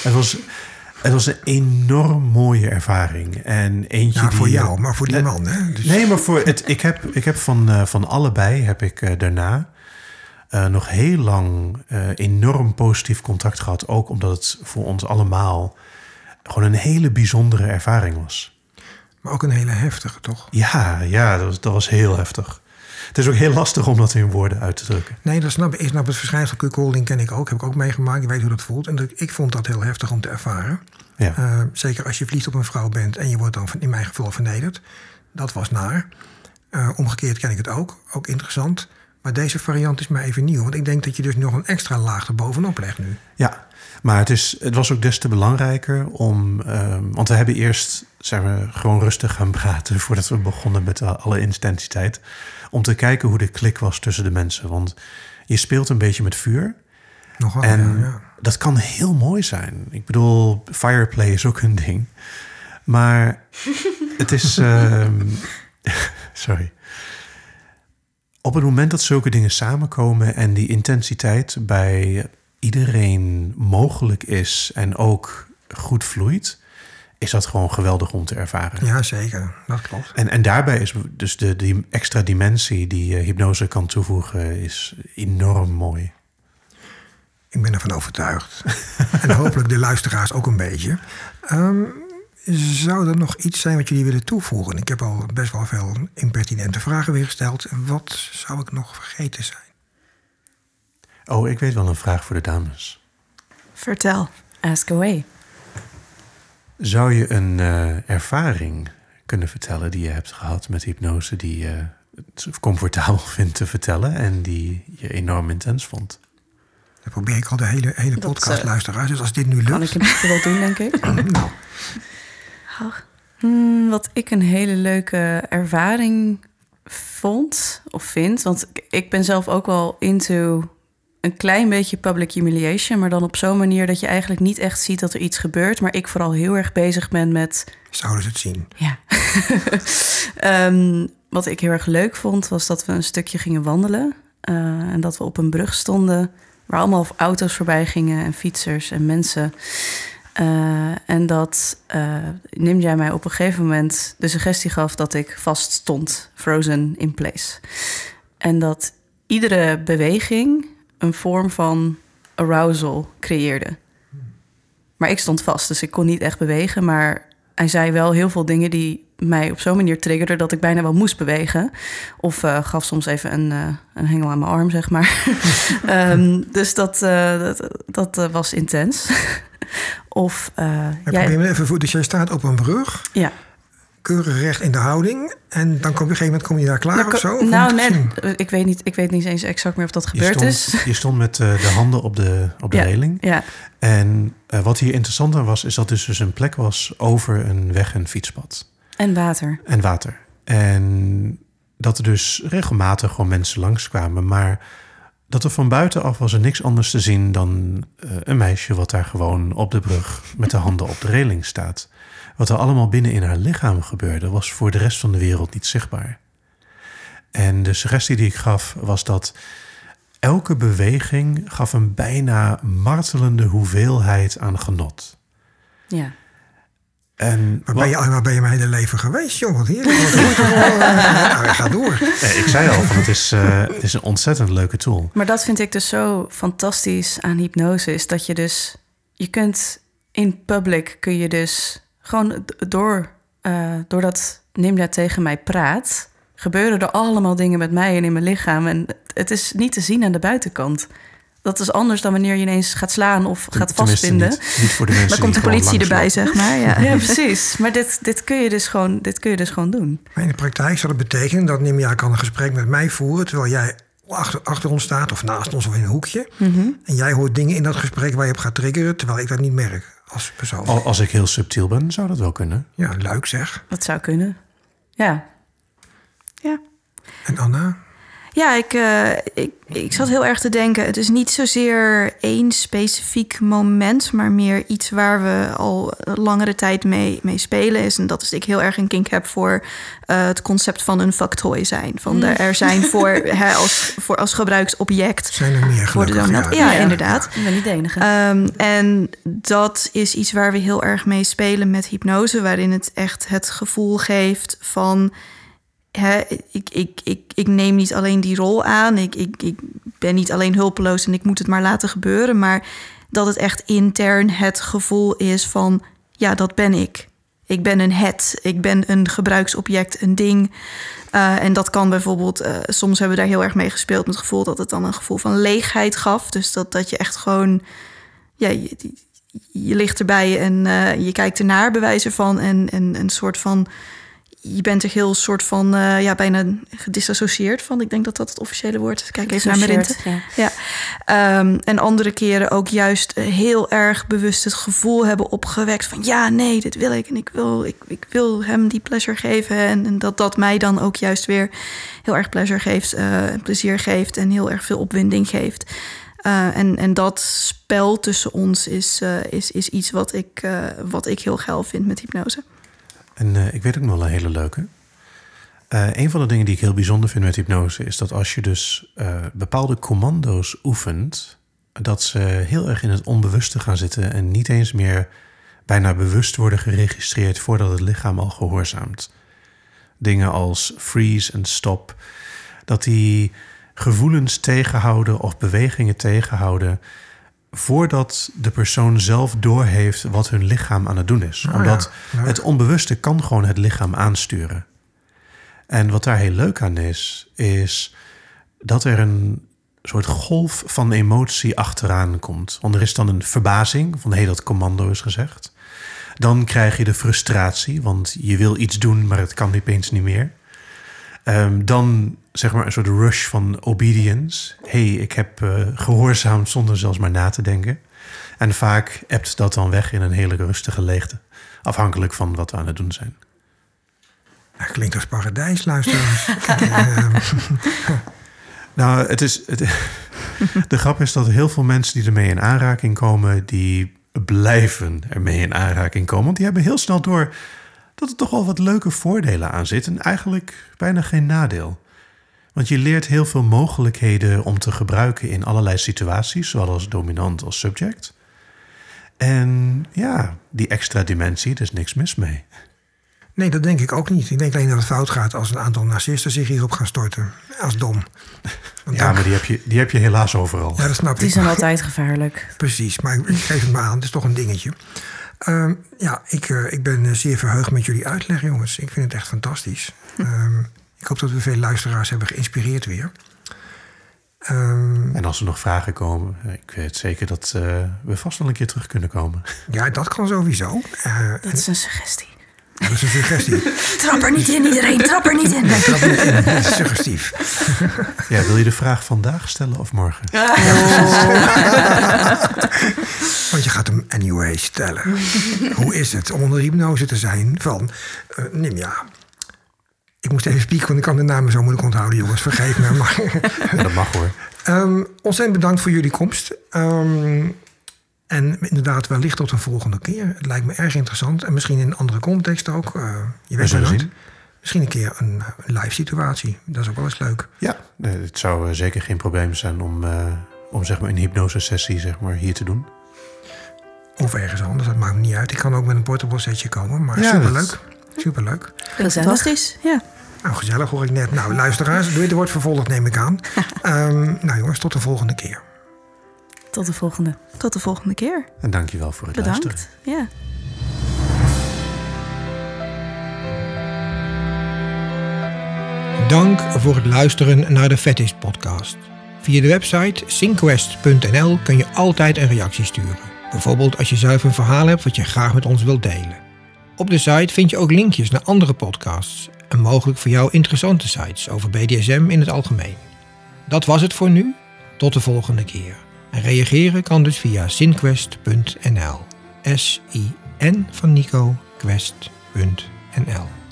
Het was een enorm mooie ervaring. En eentje ja, voor jou, maar voor die man. Hè? Dus... Nee, maar ik heb van allebei heb ik daarna... nog heel lang enorm positief contact gehad. Ook omdat het voor ons allemaal gewoon een hele bijzondere ervaring was. Maar ook een hele heftige, toch? Ja, dat was heel heftig. Het is ook heel lastig om dat in woorden uit te drukken. Nee, dat snap ik. Ik snap het verschijnsel cuckolding ken ik ook. Heb ik ook meegemaakt. Ik weet hoe dat voelt. En ik vond dat heel heftig om te ervaren. Ja. Zeker als je verliefd op een vrouw bent en je wordt dan in mijn geval vernederd. Dat was naar. Omgekeerd ken ik het ook. Ook interessant. Maar deze variant is mij even nieuw. Want ik denk dat je dus nog een extra laag erbovenop legt nu. Ja, maar het was ook des te belangrijker om... want we hebben eerst gewoon rustig gaan praten... voordat we begonnen met alle intensiteit. Om te kijken hoe de klik was tussen de mensen. Want je speelt een beetje met vuur. Nogal, en ja. Dat kan heel mooi zijn. Ik bedoel, fireplay is ook een ding. Maar het is... sorry. Op het moment dat zulke dingen samenkomen... en die intensiteit bij iedereen mogelijk is... en ook goed vloeit... is dat gewoon geweldig om te ervaren. Ja, zeker. Dat klopt. En daarbij is dus die extra dimensie... die hypnose kan toevoegen, is enorm mooi. Ik ben ervan overtuigd. En hopelijk de luisteraars ook een beetje. Zou er nog iets zijn wat jullie willen toevoegen? Ik heb al best wel veel impertinente vragen weer gesteld. Wat zou ik nog vergeten zijn? Oh, ik weet wel een vraag voor de dames. Vertel. Ask away. Zou je een ervaring kunnen vertellen die je hebt gehad met hypnose... die je comfortabel vindt te vertellen en die je enorm intens vond? Dat probeer ik al de hele podcast luisteraars. Dus als dit nu lukt... Kan ik het wel doen, denk ik. Nou. Wat ik een hele leuke ervaring vond of vind... want ik ben zelf ook wel into een klein beetje public humiliation... maar dan op zo'n manier dat je eigenlijk niet echt ziet dat er iets gebeurt... maar ik vooral heel erg bezig ben met... Zouden ze het zien? Ja. Wat ik heel erg leuk vond, was dat we een stukje gingen wandelen... en dat we op een brug stonden... waar allemaal auto's voorbij gingen en fietsers en mensen... en dat Nimjay mij op een gegeven moment de suggestie gaf... dat ik vast stond, frozen in place. En dat iedere beweging een vorm van arousal creëerde. Maar ik stond vast, dus ik kon niet echt bewegen... maar hij zei wel heel veel dingen die mij op zo'n manier triggerden dat ik bijna wel moest bewegen. Of gaf soms even een hengel aan mijn arm, zeg maar. Dus dat was intens. Of probeer me even voor. Dus jij staat op een brug. Ja. Keurig recht in de houding. En dan op een gegeven moment kom je daar klaar of zo? Ik weet niet eens exact meer of dat gebeurd is. Je stond met de handen op de reling. Ja. En wat hier interessant aan was, is dat dus een plek was over een weg- en fietspad. En water. En dat er dus regelmatig gewoon mensen langskwamen. Maar dat er van buitenaf was er niks anders te zien dan een meisje wat daar gewoon op de brug met de handen op de reling staat. Wat er allemaal binnen in haar lichaam gebeurde, was voor de rest van de wereld niet zichtbaar. En de suggestie die ik gaf was dat elke beweging gaf een bijna martelende hoeveelheid aan genot. Ja. En waar ben je mijn hele leven geweest, joh? Wat heerlijk. Ga door. Ik zei al, het is een ontzettend leuke tool. Maar dat vind ik dus zo fantastisch aan hypnose, is dat je kunt in public kun je dus gewoon doordat Nimrod tegen mij praat, gebeuren er allemaal dingen met mij en in mijn lichaam. En het is niet te zien aan de buitenkant. Dat is anders dan wanneer je ineens gaat slaan of gaat vastbinden. Niet voor de mensen. Dan komt de politie erbij, zeg maar. Ja, precies. Maar dit kun je dus gewoon doen. Maar in de praktijk zou dat betekenen dat Nimrod kan een gesprek met mij voeren, terwijl jij achter ons staat of naast ons of in een hoekje. Mm-hmm. En jij hoort dingen in dat gesprek waar je op gaat triggeren, terwijl ik dat niet merk als persoon. Als ik heel subtiel ben, zou dat wel kunnen. Ja, leuk zeg. Dat zou kunnen. Ja. En Anna? Ja, ik zat heel erg te denken. Het is niet zozeer één specifiek moment, maar meer iets waar we al langere tijd mee spelen is. En dat is dat ik heel erg een kink heb voor het concept van een fucktoy zijn. Van er zijn als gebruiksobject. Zijn er meer gelukkig? Ja, inderdaad. Ik ben niet de enige. En dat is iets waar we heel erg mee spelen met hypnose, waarin het echt het gevoel geeft van ik neem niet alleen die rol aan. Ik ben niet alleen hulpeloos en ik moet het maar laten gebeuren. Maar dat het echt intern het gevoel is van, ja, dat ben ik. Ik ben een ik ben een gebruiksobject, een ding. En dat kan bijvoorbeeld, soms hebben we daar heel erg mee gespeeld met het gevoel dat het dan een gevoel van leegheid gaf. Dus dat je echt gewoon, ja, je ligt erbij en je kijkt ernaar, bij wijze van. En een soort van, je bent er heel soort van, bijna gedisassocieerd van. Ik denk dat dat het officiële woord is. Kijk even naar Merinte. Ja. En andere keren ook juist heel erg bewust het gevoel hebben opgewekt van, ja, nee, dit wil ik. En ik wil hem die pleasure geven. En dat mij dan ook juist weer heel erg pleasure geeft, plezier geeft en heel erg veel opwinding geeft. En dat spel tussen ons is iets wat ik heel geil vind met hypnose. En ik weet ook nog wel een hele leuke. Een van de dingen die ik heel bijzonder vind met hypnose is dat als je dus bepaalde commando's oefent, dat ze heel erg in het onbewuste gaan zitten en niet eens meer bijna bewust worden geregistreerd voordat het lichaam al gehoorzaamt. Dingen als freeze en stop, dat die gevoelens tegenhouden of bewegingen tegenhouden voordat de persoon zelf doorheeft wat hun lichaam aan het doen is. Omdat het onbewuste kan gewoon het lichaam aansturen. En wat daar heel leuk aan is dat er een soort golf van emotie achteraan komt. Want er is dan een verbazing van, dat commando is gezegd. Dan krijg je de frustratie, want je wil iets doen, maar het kan opeens niet meer. Dan zeg maar een soort rush van obedience. Ik heb gehoorzaamd zonder zelfs maar na te denken. En vaak ebt dat dan weg in een hele rustige leegte. Afhankelijk van wat we aan het doen zijn. Dat klinkt als paradijs, luisteraars. Nou, de grap is dat heel veel mensen die ermee in aanraking komen, die blijven ermee in aanraking komen. Want die hebben heel snel door dat er toch wel wat leuke voordelen aan zitten. En eigenlijk bijna geen nadeel. Want je leert heel veel mogelijkheden om te gebruiken in allerlei situaties, zowel als dominant als subject. En ja, die extra dimensie, er is niks mis mee. Nee, dat denk ik ook niet. Ik denk alleen dat het fout gaat als een aantal narcisten zich hierop gaan storten. Als dom. Maar die heb je helaas overal. Ja, dat snap ik. Die zijn altijd gevaarlijk. Precies, maar ik geef het maar aan. Het is toch een dingetje. Ik ben zeer verheugd met jullie uitleg, jongens. Ik vind het echt fantastisch. Ik hoop dat we veel luisteraars hebben geïnspireerd weer. En als er nog vragen komen, ik weet zeker dat we vast wel een keer terug kunnen komen. Ja, dat kan sowieso. Dat is een suggestie. Dat is een suggestie. Trap er niet in, iedereen. Trap er niet in. Nee, trap er niet in. Dat is suggestief. Ja, wil je de vraag vandaag stellen of morgen? Want je gaat hem anyway stellen. Hoe is het om onder hypnose te zijn van Nimja? Ik moest even spieken, want ik kan de namen zo moeilijk onthouden, jongens. Vergeef me. Maar Ja, dat mag hoor. Ontzettend bedankt voor jullie komst. En inderdaad, wellicht tot een volgende keer. Het lijkt me erg interessant. En misschien in een andere context ook. Je weet het nooit. Misschien een keer een live situatie. Dat is ook wel eens leuk. Ja, het zou zeker geen probleem zijn om zeg maar een hypnosesessie zeg maar, hier te doen. Of ergens anders, dat maakt me niet uit. Ik kan ook met een portable setje komen. Maar ja, superleuk. Superleuk. Fantastisch, ja. Nou, gezellig hoor ik net. Nou, luisteraars, dit wordt vervolgd, neem ik aan. Nou jongens, tot de volgende keer. Tot de volgende. Tot de volgende keer. En dankjewel voor het Bedankt. luisteren. Ja. Dank voor het luisteren naar de Fetish podcast. Via de website synquest.nl kun je altijd een reactie sturen. Bijvoorbeeld als je zelf een verhaal hebt wat je graag met ons wilt delen. Op de site vind je ook linkjes naar andere podcasts en mogelijk voor jou interessante sites over BDSM in het algemeen. Dat was het voor nu. Tot de volgende keer. En reageren kan dus via synquest.nl. SIN van Nico, quest.nl.